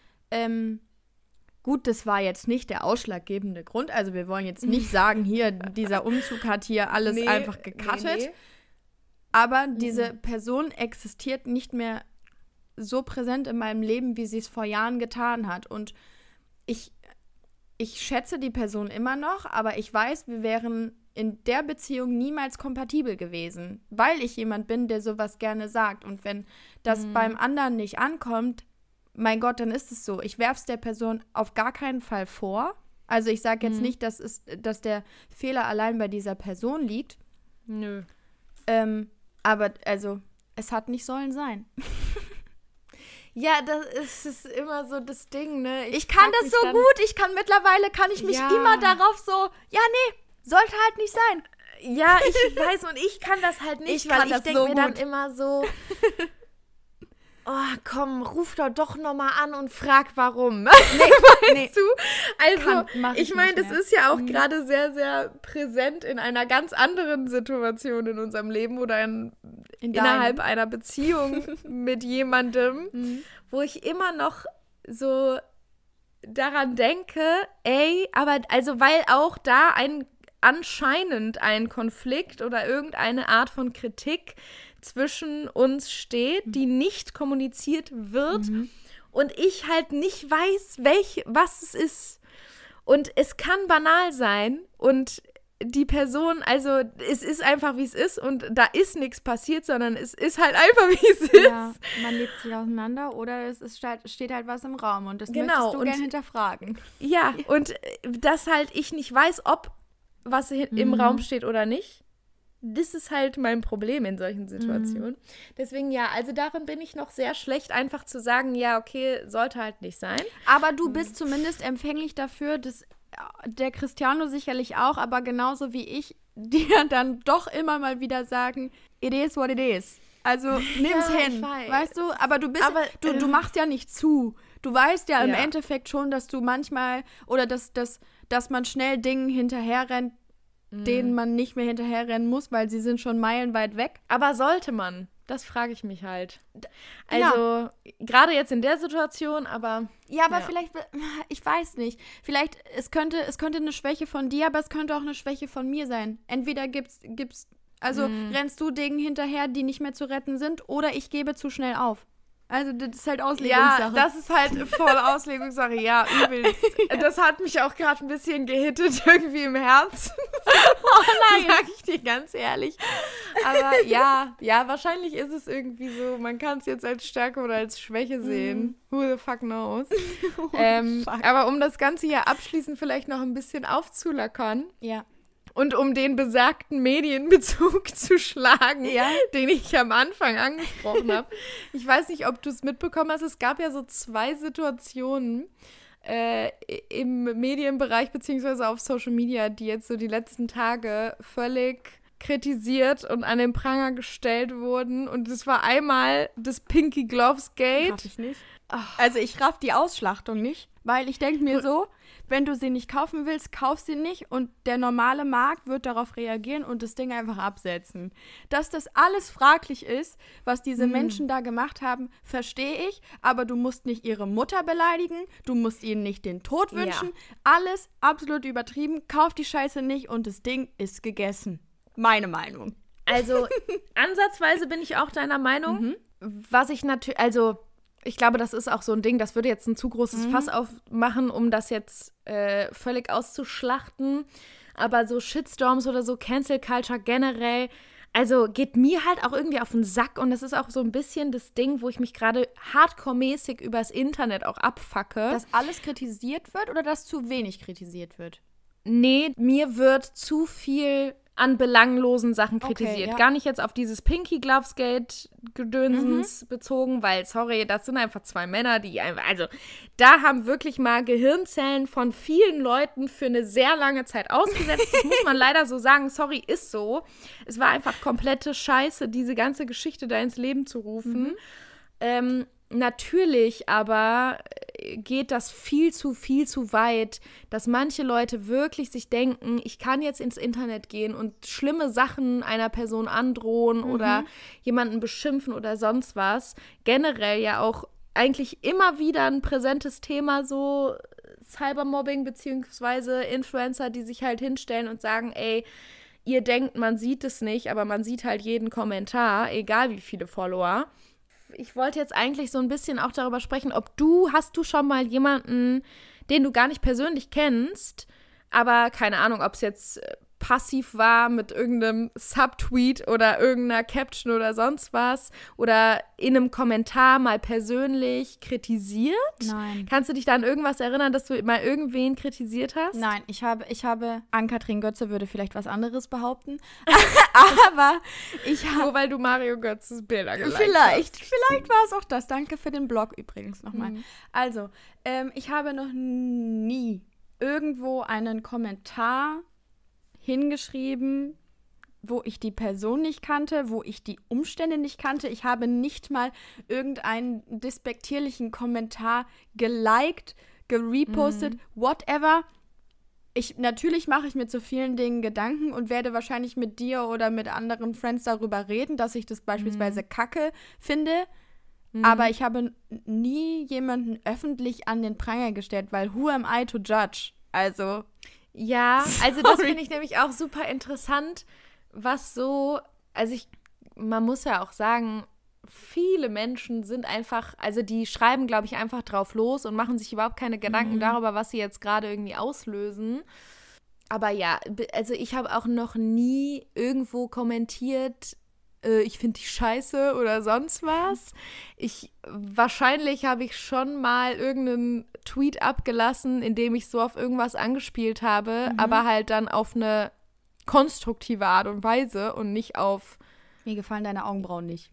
B: gut, das war jetzt nicht der ausschlaggebende Grund. Also wir wollen jetzt nicht sagen, hier, dieser Umzug hat hier alles einfach gecuttet. Nee. Aber diese Person existiert nicht mehr so präsent in meinem Leben, wie sie es vor Jahren getan hat. Und ich schätze die Person immer noch, aber ich weiß, wir wären in der Beziehung niemals kompatibel gewesen, weil ich jemand bin, der sowas gerne sagt. Und wenn das beim anderen nicht ankommt, mein Gott, dann ist es so. Ich werfe es der Person auf gar keinen Fall vor. Also ich sage jetzt nicht, dass der Fehler allein bei dieser Person liegt.
C: Nö.
B: Aber also, es hat nicht sollen sein.
C: Ja, das ist immer so das Ding, ne?
B: Ich kann das so gut. Mittlerweile kann ich mich immer darauf so, ja, nee, sollte halt nicht sein.
C: Ja, ich weiß, und ich kann das halt nicht, weil ich denke mir dann immer so, oh, komm, ruf doch noch mal an und frag, warum. Weißt du? Also, ich meine, das ist ja auch gerade sehr, sehr präsent in einer ganz anderen Situation in unserem Leben oder innerhalb einer Beziehung mit jemandem, wo ich immer noch so daran denke, ey, aber also, weil auch da anscheinend ein Konflikt oder irgendeine Art von Kritik zwischen uns steht, die nicht kommuniziert wird und ich halt nicht weiß, was es ist. Und es kann banal sein und die Person, also es ist einfach, wie es ist und da ist nichts passiert, sondern es ist halt einfach, wie es ist.
B: Ja, man lebt sich auseinander oder steht halt was im Raum und das möchtest du gerne hinterfragen.
C: Ja, und dass halt ich nicht weiß, ob was im Raum steht oder nicht. Das ist halt mein Problem in solchen Situationen. Deswegen ja, also darin bin ich noch sehr schlecht, einfach zu sagen, ja, okay, sollte halt nicht sein.
B: Aber du bist zumindest empfänglich dafür, dass der Cristiano sicherlich auch, aber genauso wie ich, dir dann doch immer mal wieder sagen, it is what it is. Also nimm's hin, weißt du? Aber du machst ja nicht zu. Du weißt ja im Endeffekt schon, dass du manchmal, oder dass man schnell Dingen hinterherrennt, denen man nicht mehr hinterherrennen muss, weil sie sind schon meilenweit weg.
C: Aber sollte man? Das frage ich mich halt. Also, gerade jetzt in der Situation, aber...
B: Ja, aber vielleicht, ich weiß nicht, vielleicht, es könnte eine Schwäche von dir, aber es könnte auch eine Schwäche von mir sein. Entweder rennst du Dingen hinterher, die nicht mehr zu retten sind, oder ich gebe zu schnell auf. Also das ist halt Auslegungssache.
C: Ja, das ist halt voll Auslegungssache, ja, übelst. Das hat mich auch gerade ein bisschen gehittet irgendwie im Herzen. Oh nein. Sag ich dir ganz ehrlich. Aber ja, wahrscheinlich ist es irgendwie so, man kann es jetzt als Stärke oder als Schwäche sehen. Who the fuck knows? Aber um das Ganze hier abschließend vielleicht noch ein bisschen aufzulackern.
B: Ja.
C: Und um den besagten Medienbezug zu schlagen, den ich am Anfang angesprochen habe. Ich weiß nicht, ob du es mitbekommen hast. Es gab ja so 2 Situationen, im Medienbereich beziehungsweise auf Social Media, die jetzt so die letzten Tage völlig kritisiert und an den Pranger gestellt wurden. Und es war einmal das Pinky Gloves Gate.
B: Raff ich nicht. Also ich raff die Ausschlachtung nicht, weil ich denke mir so, wenn du sie nicht kaufen willst, kauf sie nicht und der normale Markt wird darauf reagieren und das Ding einfach absetzen. Dass das alles fraglich ist, was diese Menschen da gemacht haben, verstehe ich, aber du musst nicht ihre Mutter beleidigen, du musst ihnen nicht den Tod wünschen, alles absolut übertrieben, kauf die Scheiße nicht und das Ding ist gegessen. Meine Meinung.
C: Also ansatzweise bin ich auch deiner Meinung, was ich natürlich, also ich glaube, das ist auch so ein Ding, das würde jetzt ein zu großes Fass aufmachen, um das jetzt völlig auszuschlachten. Aber so Shitstorms oder so Cancel Culture generell, also geht mir halt auch irgendwie auf den Sack. Und das ist auch so ein bisschen das Ding, wo ich mich gerade hardcore-mäßig übers Internet auch abfacke.
B: Dass alles kritisiert wird oder dass zu wenig kritisiert wird?
C: Nee, mir wird zu viel an belanglosen Sachen kritisiert.
B: Ja.
C: Gar nicht jetzt auf dieses Pinky Gloves Gate Gedönsens bezogen, weil, sorry, das sind einfach zwei Männer, die einfach, also da haben wirklich mal Gehirnzellen von vielen Leuten für eine sehr lange Zeit ausgesetzt. Das muss man leider so sagen, sorry, ist so. Es war einfach komplette Scheiße, diese ganze Geschichte da ins Leben zu rufen. Natürlich aber geht das viel zu weit, dass manche Leute wirklich sich denken, ich kann jetzt ins Internet gehen und schlimme Sachen einer Person androhen oder jemanden beschimpfen oder sonst was. Generell ja auch eigentlich immer wieder ein präsentes Thema, so Cybermobbing beziehungsweise Influencer, die sich halt hinstellen und sagen, ey, ihr denkt, man sieht es nicht, aber man sieht halt jeden Kommentar, egal wie viele Follower. Ich wollte jetzt eigentlich so ein bisschen auch darüber sprechen, hast du schon mal jemanden, den du gar nicht persönlich kennst, aber keine Ahnung, ob es jetzt passiv war mit irgendeinem Subtweet oder irgendeiner Caption oder sonst was oder in einem Kommentar mal persönlich kritisiert?
B: Nein.
C: Kannst du dich da an irgendwas erinnern, dass du mal irgendwen kritisiert hast?
B: Nein, ich habe Ann-Kathrin Götze würde vielleicht was anderes behaupten, aber ich habe...
C: Nur weil du Mario Götzes Bilder geliked hast.
B: Vielleicht war es auch das. Danke für den Blog übrigens nochmal. Also, ich habe noch nie irgendwo einen Kommentar hingeschrieben, wo ich die Person nicht kannte, wo ich die Umstände nicht kannte. Ich habe nicht mal irgendeinen despektierlichen Kommentar geliked, gerepostet, whatever. Natürlich mache ich mir zu vielen Dingen Gedanken und werde wahrscheinlich mit dir oder mit anderen Friends darüber reden, dass ich das beispielsweise kacke finde. Aber ich habe nie jemanden öffentlich an den Pranger gestellt, weil who am I to judge? Also
C: ja, also das finde ich nämlich auch super interessant, was so, man muss ja auch sagen, viele Menschen sind einfach, also die schreiben, glaube ich, einfach drauf los und machen sich überhaupt keine Gedanken darüber, was sie jetzt gerade irgendwie auslösen. Aber ja, also ich habe auch noch nie irgendwo kommentiert, ich finde die scheiße oder sonst was. Wahrscheinlich habe ich schon mal irgendeinen Tweet abgelassen, in dem ich so auf irgendwas angespielt habe, aber halt dann auf eine konstruktive Art und Weise und nicht auf...
B: Mir gefallen deine Augenbrauen nicht.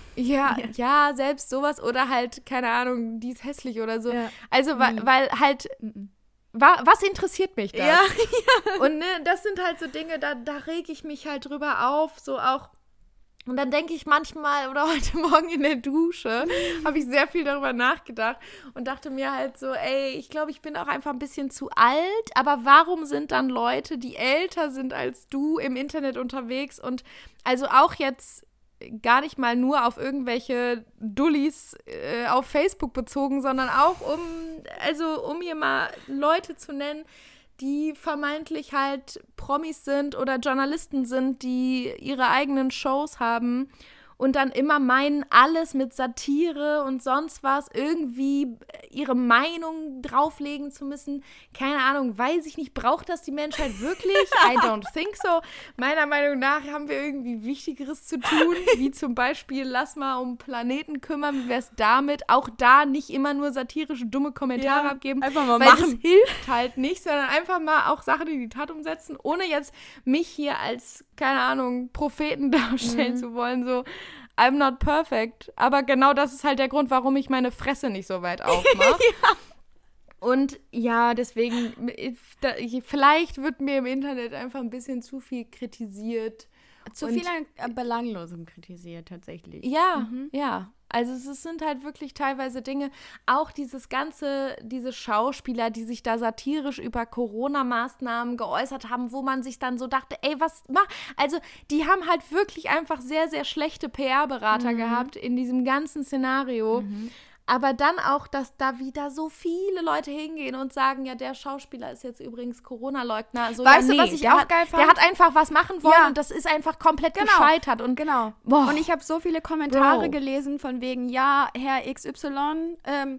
C: Ja, selbst sowas oder halt, keine Ahnung, die ist hässlich oder so. Ja. Also, weil halt... Was interessiert mich das?
B: Ja.
C: Und ne, das sind halt so Dinge, da reg ich mich halt drüber auf, so auch. Und dann denke ich manchmal, oder heute Morgen in der Dusche, habe ich sehr viel darüber nachgedacht und dachte mir halt so, ey, ich glaube, ich bin auch einfach ein bisschen zu alt, aber warum sind dann Leute, die älter sind als du, im Internet unterwegs und also auch jetzt gar nicht mal nur auf irgendwelche Dullis auf Facebook bezogen, sondern auch um hier mal Leute zu nennen, die vermeintlich halt Promis sind oder Journalisten sind, die ihre eigenen Shows haben und dann immer meinen, alles mit Satire und sonst was irgendwie ihre Meinung drauflegen zu müssen. Keine Ahnung, weiß ich nicht, braucht das die Menschheit wirklich? I don't think so. Meiner Meinung nach haben wir irgendwie Wichtigeres zu tun, wie zum Beispiel, lass mal um Planeten kümmern, wie wär's damit? Auch da nicht immer nur satirische, dumme Kommentare abgeben,
B: einfach mal
C: weil
B: machen.
C: das hilft halt nicht, sondern einfach mal auch Sachen in die Tat umsetzen, ohne jetzt mich hier als, keine Ahnung, Propheten darstellen zu wollen, so I'm not perfect, aber genau das ist halt der Grund, warum ich meine Fresse nicht so weit aufmache. Und ja, deswegen, vielleicht wird mir im Internet einfach ein bisschen zu viel kritisiert.
B: Zu viel an Belanglosem kritisiert, tatsächlich.
C: Ja, ja. Also es sind halt wirklich teilweise Dinge, auch diese Schauspieler, die sich da satirisch über Corona-Maßnahmen geäußert haben, wo man sich dann so dachte, ey, was mach? Also die haben halt wirklich einfach sehr, sehr schlechte PR-Berater gehabt in diesem ganzen Szenario. Aber dann auch, dass da wieder so viele Leute hingehen und sagen, ja, der Schauspieler ist jetzt übrigens Corona-Leugner. So,
B: weißt
C: ja,
B: du, was ich auch geil fand?
C: Der hat einfach was machen wollen und das ist einfach komplett gescheitert. Und
B: Und ich habe so viele Kommentare gelesen von wegen, ja, Herr XY,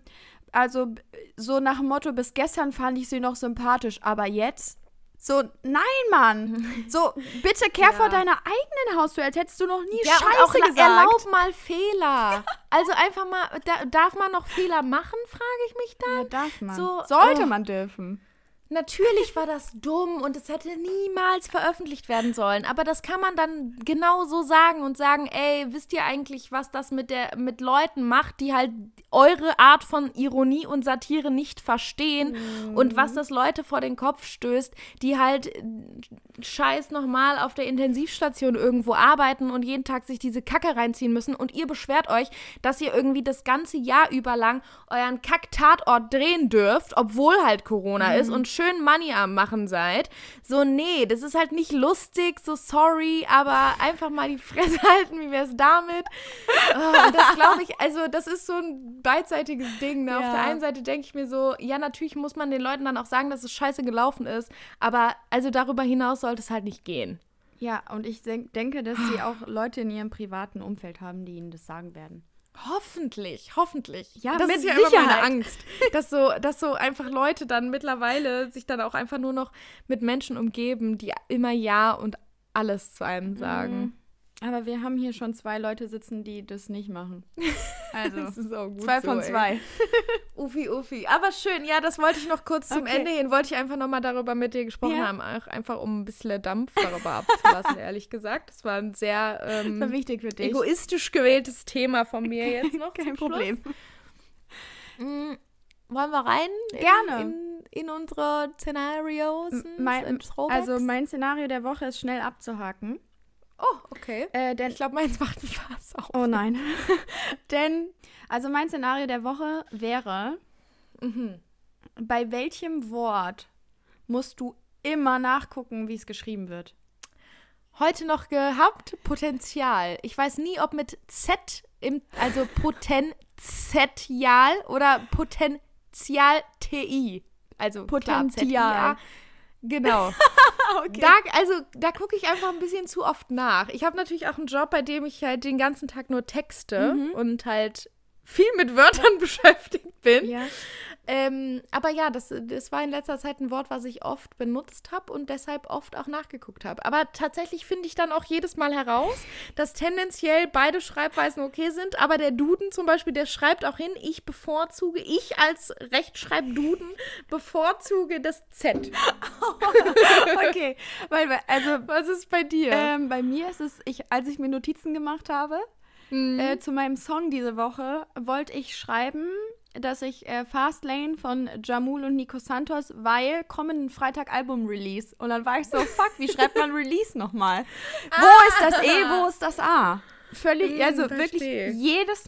B: also so nach dem Motto, bis gestern fand ich sie noch sympathisch, aber jetzt? So, nein, Mann. So, bitte kehr vor deiner eigenen Haustür, als hättest du noch nie Scheiße
C: und auch
B: gesagt.
C: Erlaub mal Fehler. Also einfach mal, darf man noch Fehler machen, frage ich mich dann.
B: Ja, darf man.
C: So,
B: Sollte man dürfen.
C: Natürlich war das dumm und es hätte niemals veröffentlicht werden sollen. Aber das kann man dann genau so sagen und sagen, ey, wisst ihr eigentlich, was das mit Leuten macht, die halt eure Art von Ironie und Satire nicht verstehen und was das Leute vor den Kopf stößt, die halt scheiß nochmal auf der Intensivstation irgendwo arbeiten und jeden Tag sich diese Kacke reinziehen müssen und ihr beschwert euch, dass ihr irgendwie das ganze Jahr über lang euren Kack-Tatort drehen dürft, obwohl halt Corona ist und schön Money am Machen seid. So, nee, das ist halt nicht lustig, so sorry, aber einfach mal die Fresse halten, wie wär's damit? Und das glaube ich, also das ist so ein beidseitiges Ding. Ne?
B: Ja.
C: Auf der einen Seite denke ich mir so, ja, natürlich muss man den Leuten dann auch sagen, dass es scheiße gelaufen ist, aber also darüber hinaus sollte es halt nicht gehen.
B: Ja, und ich denke, dass sie auch Leute in ihrem privaten Umfeld haben, die ihnen das sagen werden.
C: Hoffentlich.
B: Ja,
C: das
B: mit
C: ist ja immer
B: Sicherheit.
C: meine Angst, dass so einfach Leute dann mittlerweile sich dann auch einfach nur noch mit Menschen umgeben, die immer Ja und alles zu einem sagen.
B: Aber wir haben hier schon 2 Leute sitzen, die das nicht machen. Also,
C: Das ist auch gut
B: 2
C: so,
B: von
C: ey.
B: 2.
C: Uffi. Aber schön, ja, das wollte ich noch kurz zum Ende hin, wollte ich einfach nochmal darüber mit dir gesprochen haben, auch einfach um ein bisschen Dampf darüber abzulassen, ehrlich gesagt. Das war ein sehr
B: Das war wichtig für dich.
C: egoistisch gewähltes Thema von mir jetzt noch.
B: Kein
C: zum Schluss.
B: Problem.
C: Wollen wir rein?
B: Gerne.
C: In unsere Szenarios?
B: Also mein Szenario der Woche ist schnell abzuhaken.
C: Oh, okay.
B: Denn
C: Ich glaube, meins macht einen Fass auf.
B: Oh nein. Denn, also mein Szenario der Woche wäre, bei welchem Wort musst du immer nachgucken, wie es geschrieben wird?
C: Heute noch gehabt, Potenzial. Ich weiß nie, ob mit Z, also Potential oder Potenzial-TI. Also
B: Potenzial.
C: Klar, ZIA. Genau.
B: Okay.
C: Da gucke ich einfach ein bisschen zu oft nach. Ich habe natürlich auch einen Job, bei dem ich halt den ganzen Tag nur texte und halt viel mit Wörtern beschäftigt bin.
B: Ja.
C: Aber ja, das war in letzter Zeit ein Wort, was ich oft benutzt habe und deshalb oft auch nachgeguckt habe. Aber tatsächlich finde ich dann auch jedes Mal heraus, dass tendenziell beide Schreibweisen okay sind, aber der Duden zum Beispiel, der schreibt auch hin, ich als Rechtschreibduden bevorzuge das Z.
B: Okay, also
C: Was ist bei dir?
B: bei mir ist es, als ich mir Notizen gemacht habe, zu meinem Song diese Woche, wollte ich schreiben, dass ich Fastlane von Jamul und Nico Santos, weil kommenden Freitag Album-Release. Und dann war ich so, fuck, wie schreibt man Release nochmal? Wo ist das E, wo ist das A? Völlig, also
C: verstehe.
B: wirklich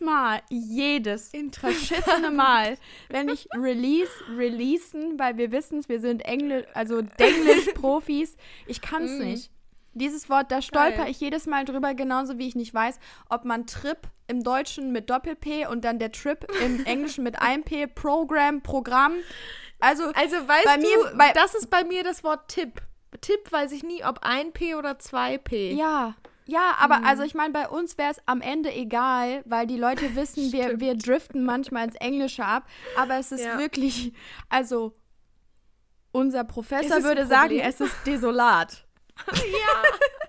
B: jedes verschissene Mal, wenn ich releasen, weil wir wissen es, wir sind Denglisch-Profis, ich kann es nicht. Dieses Wort, da stolper ich jedes Mal drüber, genauso wie ich nicht weiß, ob man Trip im Deutschen mit Doppel-P und dann der Trip im Englischen mit einem P, Programm. Also
C: weißt das ist bei mir das Wort Tipp. Tipp weiß ich nie, ob ein P oder 2 P.
B: Ja, aber also ich meine, bei uns wäre es am Ende egal, weil die Leute wissen, wir driften manchmal ins Englische ab, aber es ist wirklich, also unser Professor würde sagen, es ist desolat.
C: Ja.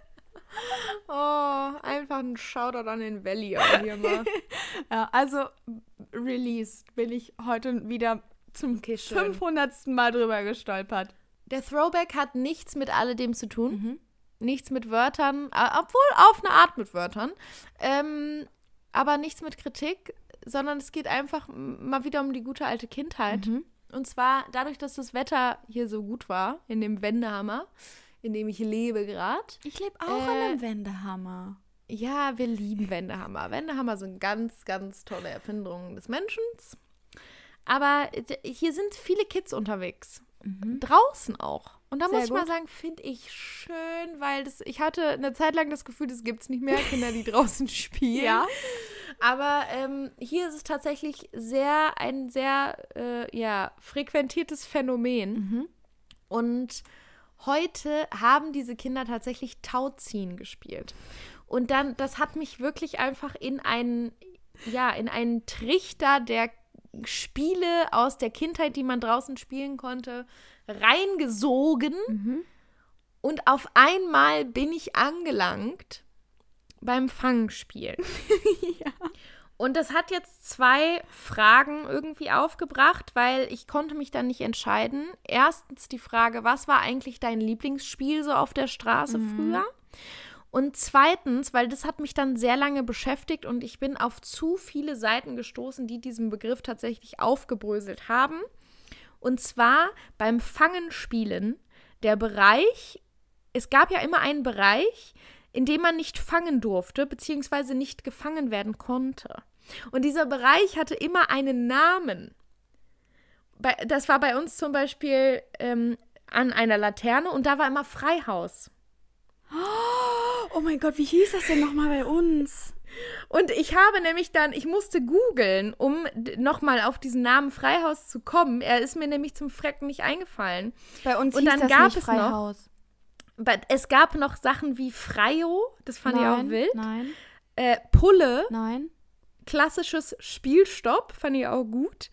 C: Oh, einfach ein Shoutout an den Valley auch hier mal.
B: Ja, also Release bin ich heute wieder zum 500. Mal drüber gestolpert.
C: Der Throwback hat nichts mit alledem zu tun. Nichts mit Wörtern, obwohl auf eine Art mit Wörtern. Aber nichts mit Kritik, sondern es geht einfach mal wieder um die gute alte Kindheit. Und zwar dadurch, dass das Wetter hier so gut war, in dem Wendehammer, in dem ich lebe gerade.
B: Ich lebe auch an einem Wendehammer.
C: Ja, wir lieben Wendehammer. Wendehammer sind ganz, ganz tolle Erfindungen des Menschen. Aber hier sind viele Kids unterwegs. Draußen auch. Und da muss ich mal sagen, finde ich schön, weil ich hatte eine Zeit lang das Gefühl, das gibt es nicht mehr, Kinder, die draußen spielen.
B: Ja.
C: Aber hier ist es tatsächlich ein sehr frequentiertes Phänomen. Und heute haben diese Kinder tatsächlich Tauziehen gespielt. Und dann, das hat mich wirklich einfach in einen Trichter der Spiele aus der Kindheit, die man draußen spielen konnte, reingesogen. Und auf einmal bin ich angelangt beim Fangspielen.
B: Ja.
C: Und das hat jetzt 2 Fragen irgendwie aufgebracht, weil ich konnte mich dann nicht entscheiden. Erstens die Frage, was war eigentlich dein Lieblingsspiel so auf der Straße früher? Und zweitens, weil das hat mich dann sehr lange beschäftigt und ich bin auf zu viele Seiten gestoßen, die diesen Begriff tatsächlich aufgebröselt haben. Und zwar beim Fangenspielen, der Bereich, es gab ja immer einen Bereich, in dem man nicht fangen durfte, beziehungsweise nicht gefangen werden konnte. Und dieser Bereich hatte immer einen Namen. Das war bei uns zum Beispiel an einer Laterne und da war immer Freihaus.
B: Oh mein Gott, wie hieß das denn nochmal bei uns?
C: Und ich musste googeln, um nochmal auf diesen Namen Freihaus zu kommen. Er ist mir nämlich zum Frecken nicht eingefallen.
B: Bei uns
C: und
B: hieß
C: dann
B: das
C: gab
B: nicht
C: es
B: Freihaus.
C: Es gab noch Sachen wie Freio, das fand ich auch wild.
B: Nein,
C: Pulle,
B: nein.
C: klassisches Spielstopp, fand ich auch gut.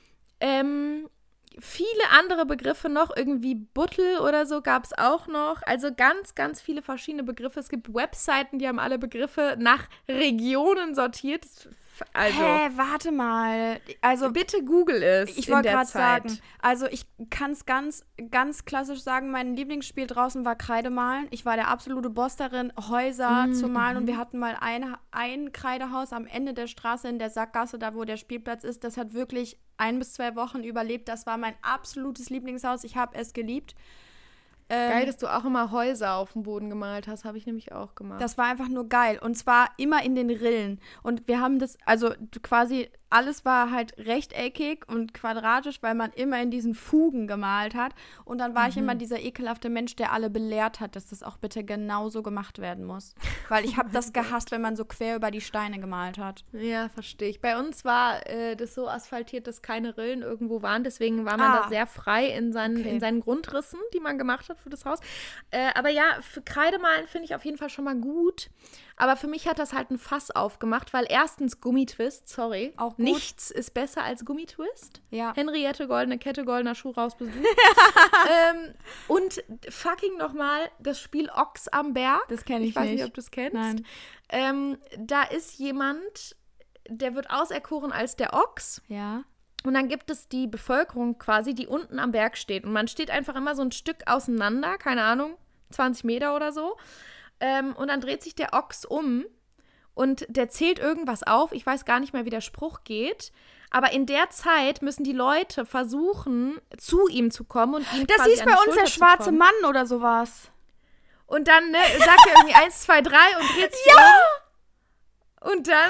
C: Viele andere Begriffe noch, irgendwie Buttel oder so gab es auch noch. Also ganz, ganz viele verschiedene Begriffe. Es gibt Webseiten, die haben alle Begriffe nach Regionen sortiert. Also,
B: warte mal. Also
C: bitte google es.
B: Ich wollte gerade sagen, also ich kann es ganz, ganz klassisch sagen, mein Lieblingsspiel draußen war Kreidemalen. Ich war der absolute Boss darin, Häuser zu malen und wir hatten mal ein Kreidehaus am Ende der Straße in der Sackgasse, da wo der Spielplatz ist. Das hat wirklich 1 bis 2 Wochen überlebt. Das war mein absolutes Lieblingshaus. Ich habe es geliebt.
C: Geil, dass du auch immer Häuser auf dem Boden gemalt hast, habe ich nämlich auch gemacht.
B: Das war einfach nur geil und zwar immer in den Rillen und wir haben das, also quasi alles war halt rechteckig und quadratisch, weil man immer in diesen Fugen gemalt hat und dann war ich immer dieser ekelhafte Mensch, der alle belehrt hat, dass das auch bitte genauso gemacht werden muss, weil ich habe das gehasst, wenn man so quer über die Steine gemalt hat.
C: Ja, verstehe ich. Bei uns war das so asphaltiert, dass keine Rillen irgendwo waren, deswegen war man da sehr frei in seinen Grundrissen, die man gemacht hat für das Haus. Aber ja, für Kreidemalen finde ich auf jeden Fall schon mal gut. Aber für mich hat das halt ein Fass aufgemacht, weil erstens Gummitwist, sorry.
B: Auch gut.
C: Nichts ist besser als Gummitwist.
B: Ja.
C: Henriette, goldene Kette, goldener Schuh, raus bist du. Und fucking nochmal das Spiel Ochs am Berg.
B: Das kenne ich nicht.
C: Ich weiß nicht, ob du es kennst.
B: Nein.
C: Da ist jemand, der wird auserkoren als der Ochs.
B: Ja.
C: Und dann gibt es die Bevölkerung quasi, die unten am Berg steht. Und man steht einfach immer so ein Stück auseinander, keine Ahnung, 20 Meter oder so. Und dann dreht sich der Ochs um und der zählt irgendwas auf. Ich weiß gar nicht mehr, wie der Spruch geht. Aber in der Zeit müssen die Leute versuchen, zu ihm zu kommen und ihm
B: Das
C: quasi
B: hieß
C: an die
B: bei uns
C: Schulter
B: der
C: zu
B: schwarze
C: kommen.
B: Mann oder sowas.
C: Und dann sagt er irgendwie 1, 2, 3 und dreht sich um. Und dann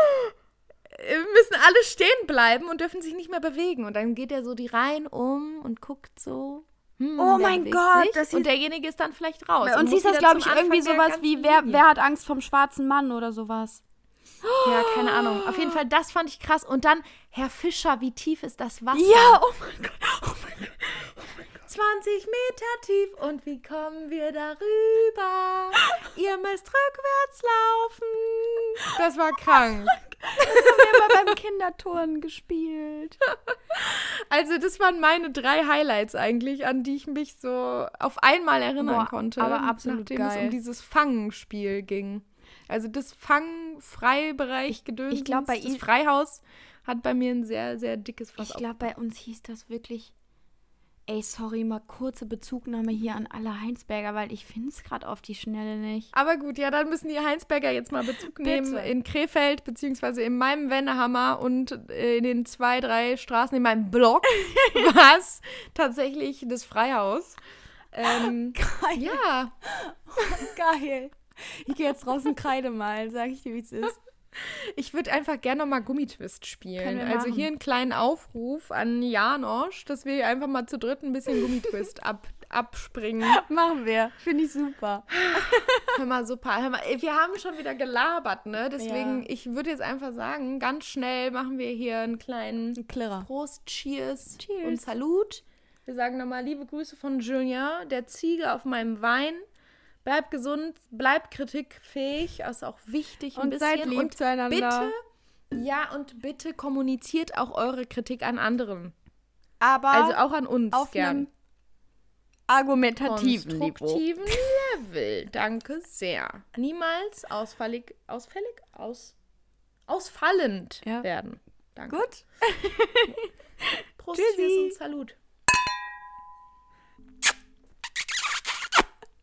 C: müssen alle stehen bleiben und dürfen sich nicht mehr bewegen. Und dann geht er so die Reihen um und guckt so.
B: Oh mein Gott.
C: Und derjenige ist dann vielleicht raus.
B: Bei uns hieß das, glaube ich, irgendwie sowas wie, wer hat Angst vom schwarzen Mann oder sowas.
C: Ja, keine Ahnung. Auf jeden Fall, das fand ich krass. Und dann, Herr Fischer, wie tief ist das Wasser?
B: Ja, oh mein Gott, oh mein Gott, oh mein Gott.
C: 20 Meter tief und wie kommen wir darüber? Ihr müsst rückwärts laufen. Das war krank.
B: Das haben wir immer beim Kinderturnen gespielt.
C: Also das waren meine 3 Highlights eigentlich, an die ich mich so auf einmal erinnern konnte.
B: Aber absolut
C: nachdem
B: geil.
C: es um dieses Fangenspiel ging. Also das Fang-Freibereich-Gedöns,
B: ich glaub,
C: das Freihaus hat bei mir ein sehr, sehr dickes Fass
B: Ich glaube, bei uns hieß das wirklich Ey, sorry, mal kurze Bezugnahme hier an alle Heinsberger, weil ich finde es gerade auf die Schnelle nicht.
C: Aber gut, ja, dann müssen die Heinsberger jetzt mal Bezug nehmen in Krefeld, beziehungsweise in meinem Wennehammer und in den 2, 3 Straßen in meinem Block, was tatsächlich das Freihaus.
B: Geil.
C: Ja.
B: Geil. Ich gehe jetzt draußen Kreide malen, sag ich dir, wie es ist.
C: Ich würde einfach gerne nochmal Gummitwist spielen.
B: Können wir
C: Also
B: machen.
C: hier einen kleinen Aufruf an Janosch, dass wir einfach mal zu dritt ein bisschen Gummitwist abspringen.
B: Machen wir. Finde ich super.
C: Hör mal, super. Hör mal, wir haben schon wieder gelabert, ne? Deswegen,
B: Ja.
C: ich würde jetzt einfach sagen, ganz schnell machen wir hier einen kleinen
B: Klirrer.
C: Prost, Cheers,
B: Cheers.
C: und Salut. Wir sagen nochmal liebe Grüße von Julien, der Ziege auf meinem Wein. Bleibt gesund, bleibt kritikfähig, ist auch wichtig ein
B: Und
C: bisschen.
B: seid lieb
C: Und
B: zueinander.
C: bitte kommuniziert auch eure Kritik an anderen.
B: Aber
C: Also auch an uns
B: auf
C: gern.
B: einem argumentativen Niveau.
C: Konstruktiven Level. Danke sehr. Niemals ausfallend
B: Ja.
C: werden. Danke.
B: Gut.
C: Prost,
B: Tschüssi.
C: Cheers und Salut.